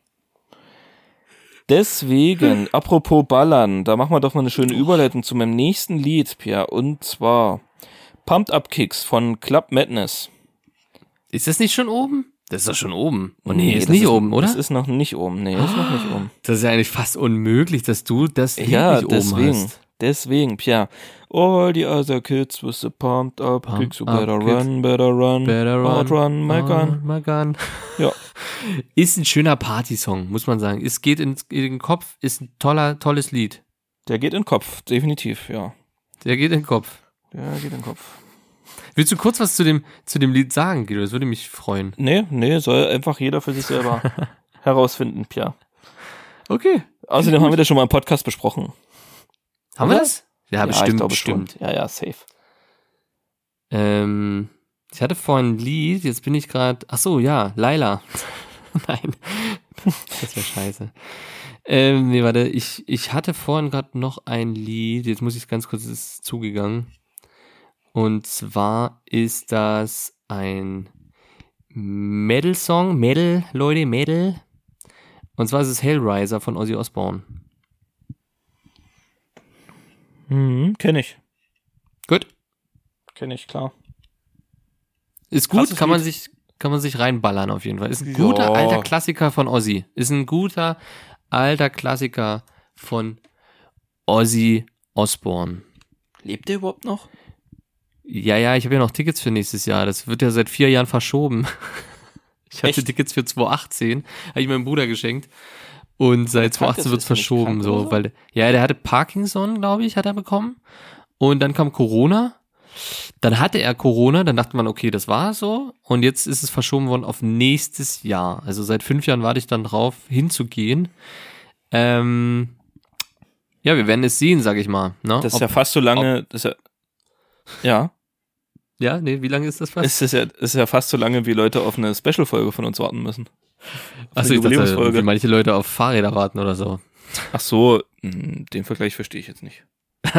Deswegen, apropos Ballern, da machen wir doch mal eine schöne Überleitung zu meinem nächsten Lied, Pierre, und zwar Pumped Up Kicks von Club Madness. Ist das nicht schon oben? Das ist doch schon oben. Oh nee, ist das nicht oben, oder? Das ist noch nicht oben. Nee, ist noch nicht oben. Das ist ja eigentlich fast unmöglich, dass du das Lied Ja, nicht oben deswegen. hast. Deswegen, Pierre. All the other kids with the pumped up Pumped kicks, you up better kids. run, better run, Better run, outrun, my gun. oh, my gun. Ja. Ist ein schöner Partysong, muss man sagen. Es geht in, in den Kopf, ist ein toller, tolles Lied. Der geht in den Kopf, definitiv, ja. Der geht in den Kopf. Der geht in den Kopf. Willst du kurz was zu dem, zu dem Lied sagen, Guido? Das würde mich freuen. Nee, nee, soll einfach jeder für sich selber herausfinden, Pierre. Okay. Außerdem haben wir das schon mal im Podcast besprochen. Haben Oder? wir das? Ja, bestimmt, ich glaube bestimmt. Schon. Ja, ja, safe. Ähm, ich hatte vorhin ein Lied, jetzt bin ich gerade, ach so, ja, Laila. Nein, das wäre scheiße. Ähm, nee, warte, ich, ich hatte vorhin gerade noch ein Lied, jetzt muss ich ganz kurz, es ist zugegangen. Und zwar ist das ein Metal-Song, Metal, Leute, Metal. Und zwar ist es Hellraiser von Ozzy Osbourne. Mhm, kenn ich. Gut. Kenn ich, klar. Ist gut, Krasses kann man Lied. sich, kann man sich reinballern auf jeden Fall. Ist ein Ja. guter alter Klassiker von Ozzy. Ist ein guter alter Klassiker von Ozzy Osbourne. Lebt der überhaupt noch? Ja, ja, ich habe ja noch Tickets für nächstes Jahr. Das wird ja seit vier Jahren verschoben. Ich hatte Echt? Tickets für zwanzig achtzehn, habe ich meinem Bruder geschenkt. Und seit zwanzig achtzehn wird's ist er nicht verschoben, krank oder so, so? weil, ja, der hatte Parkinson, glaube ich, hat er bekommen. Und dann kam Corona. Dann hatte er Corona, dann dachte man, okay, das war so. Und jetzt ist es verschoben worden auf nächstes Jahr. Also seit fünf Jahren warte ich dann drauf, hinzugehen. Ähm, ja, wir werden es sehen, sag ich mal. Ne? Das ist Ob- ja fast so lange, das ist ja, ja, Ja, nee, wie lange ist das fast? es ist ja, es ist ja fast so lange, wie Leute auf eine Special-Folge von uns warten müssen. Auf Achso, eine ich dachte, Jubiläumsfolge. wie manche Leute auf Fahrräder warten oder so. Ach so, mh, den Vergleich verstehe ich jetzt nicht.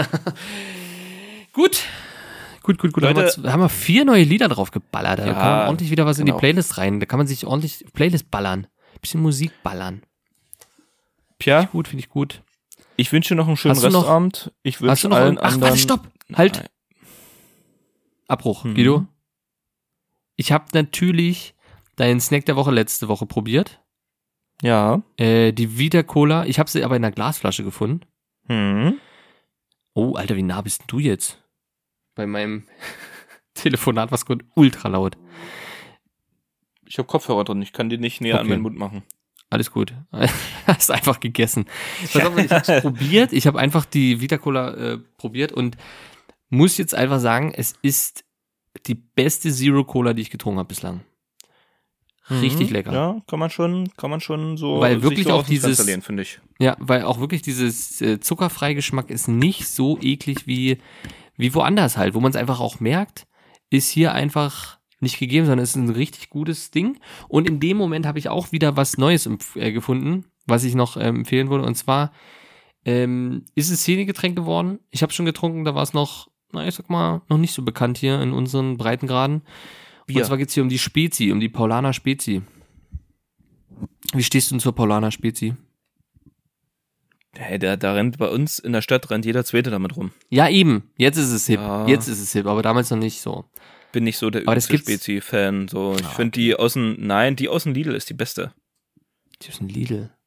Gut. Gut, gut, gut. Da haben wir, Leute- z- haben wir vier neue Lieder drauf geballert. Da Ja, kann man ordentlich wieder was in genau. die Playlist rein. Da kann man sich ordentlich Playlist ballern. Bisschen Musik ballern. Pia, Gut, finde ich gut. ich wünsche dir noch einen schönen Hast du noch- Restabend. Ich Hast du wünsche noch allen ein- Ach, anderen. warte, stopp. Halt. Nein. Abbruch, Mhm. Guido. Ich habe natürlich deinen Snack der Woche letzte Woche probiert. Ja. Äh, die Vita Cola. Ich habe sie aber in einer Glasflasche gefunden. Hm. Oh, Alter, wie nah bist denn du jetzt? Bei meinem Telefonat war es gerade ultra laut. Ich habe Kopfhörer drin. Ich kann die nicht näher an Okay. meinen Mund machen. Alles gut. Hast einfach gegessen. Pass auf, ich habe probiert. Ich habe einfach die Vita Cola äh, probiert und muss jetzt einfach sagen, es ist die beste Zero Cola, die ich getrunken habe bislang. Richtig Mhm. lecker. Ja, kann man schon, kann man schon so. Weil sich wirklich so auch aus dem Fenster dieses- lehnen, finde ich. Ja, weil auch wirklich dieses äh, Zuckerfreigeschmack ist nicht so eklig wie, wie woanders halt, wo man es einfach auch merkt, ist hier einfach nicht gegeben, sondern es ist ein richtig gutes Ding. Und in dem Moment habe ich auch wieder was Neues empf- äh, gefunden, was ich noch ähm, empfehlen würde. Und zwar ähm, ist es Szenegetränk geworden. Ich habe schon getrunken, da war es noch, na ich sag mal, noch nicht so bekannt hier in unseren Breitengraden. Bier. Und zwar geht's hier um die Spezi, um die Paulaner Spezi. Wie stehst du denn zur Paulaner Spezi? Hey, da, da rennt bei uns in der Stadt rennt jeder Zweite damit rum. Ja, eben. Jetzt ist es hip. Ja. Jetzt ist es hip, aber damals noch nicht so. Bin nicht so der Aber das übelste gibt's- Spezi-Fan. So, ich Ah, finde die außen, nein, die außen Lidl ist die beste. Die ist ein Lidl.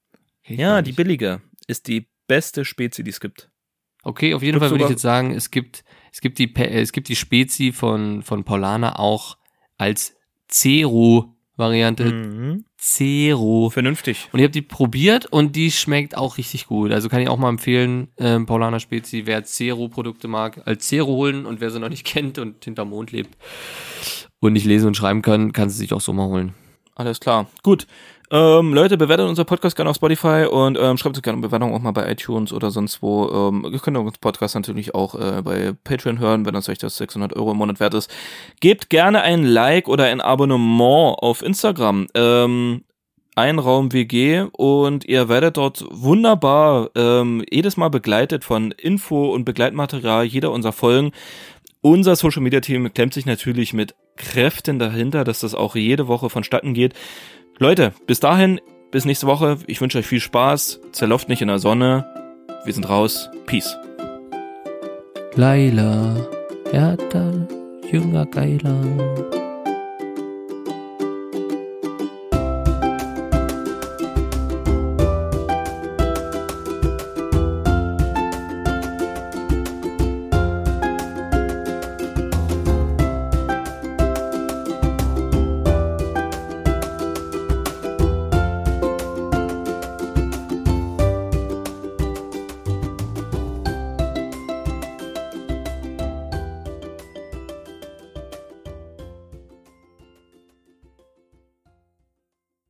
Kenn ich Ja, gar die nicht. billige ist die beste Spezi, die es gibt. Okay, auf jeden Gibt's Fall würde ich sogar- jetzt sagen, es gibt, es gibt die, Pe- äh, es gibt die Spezi von, von Paulaner auch als Zero-Variante. Mhm. Zero. Vernünftig. Und ich habe die probiert und die schmeckt auch richtig gut. Also kann ich auch mal empfehlen, ähm, Paulaner Spezi, wer Zero-Produkte mag, als Zero holen und wer sie noch nicht kennt und hinterm Mond lebt und nicht lesen und schreiben kann, kann sie sich auch so mal holen. Alles klar. Gut. Ähm, Leute, bewertet unser Podcast gerne auf Spotify und ähm, schreibt uns gerne eine Bewertung auch mal bei iTunes oder sonst wo. Ähm, ihr könnt unseren Podcast natürlich auch äh, bei Patreon hören, wenn das euch das sechshundert Euro im Monat wert ist. Gebt gerne ein Like oder ein Abonnement auf Instagram. Ähm, Einraum W G und ihr werdet dort wunderbar ähm, jedes Mal begleitet von Info und Begleitmaterial jeder unserer Folgen. Unser Social Media Team klemmt sich natürlich mit Kräften dahinter, dass das auch jede Woche vonstatten geht. Leute, bis dahin, bis nächste Woche. Ich wünsche euch viel Spaß. Zerlauft nicht in der Sonne. Wir sind raus. Peace. Laila, härter, jünger, geiler.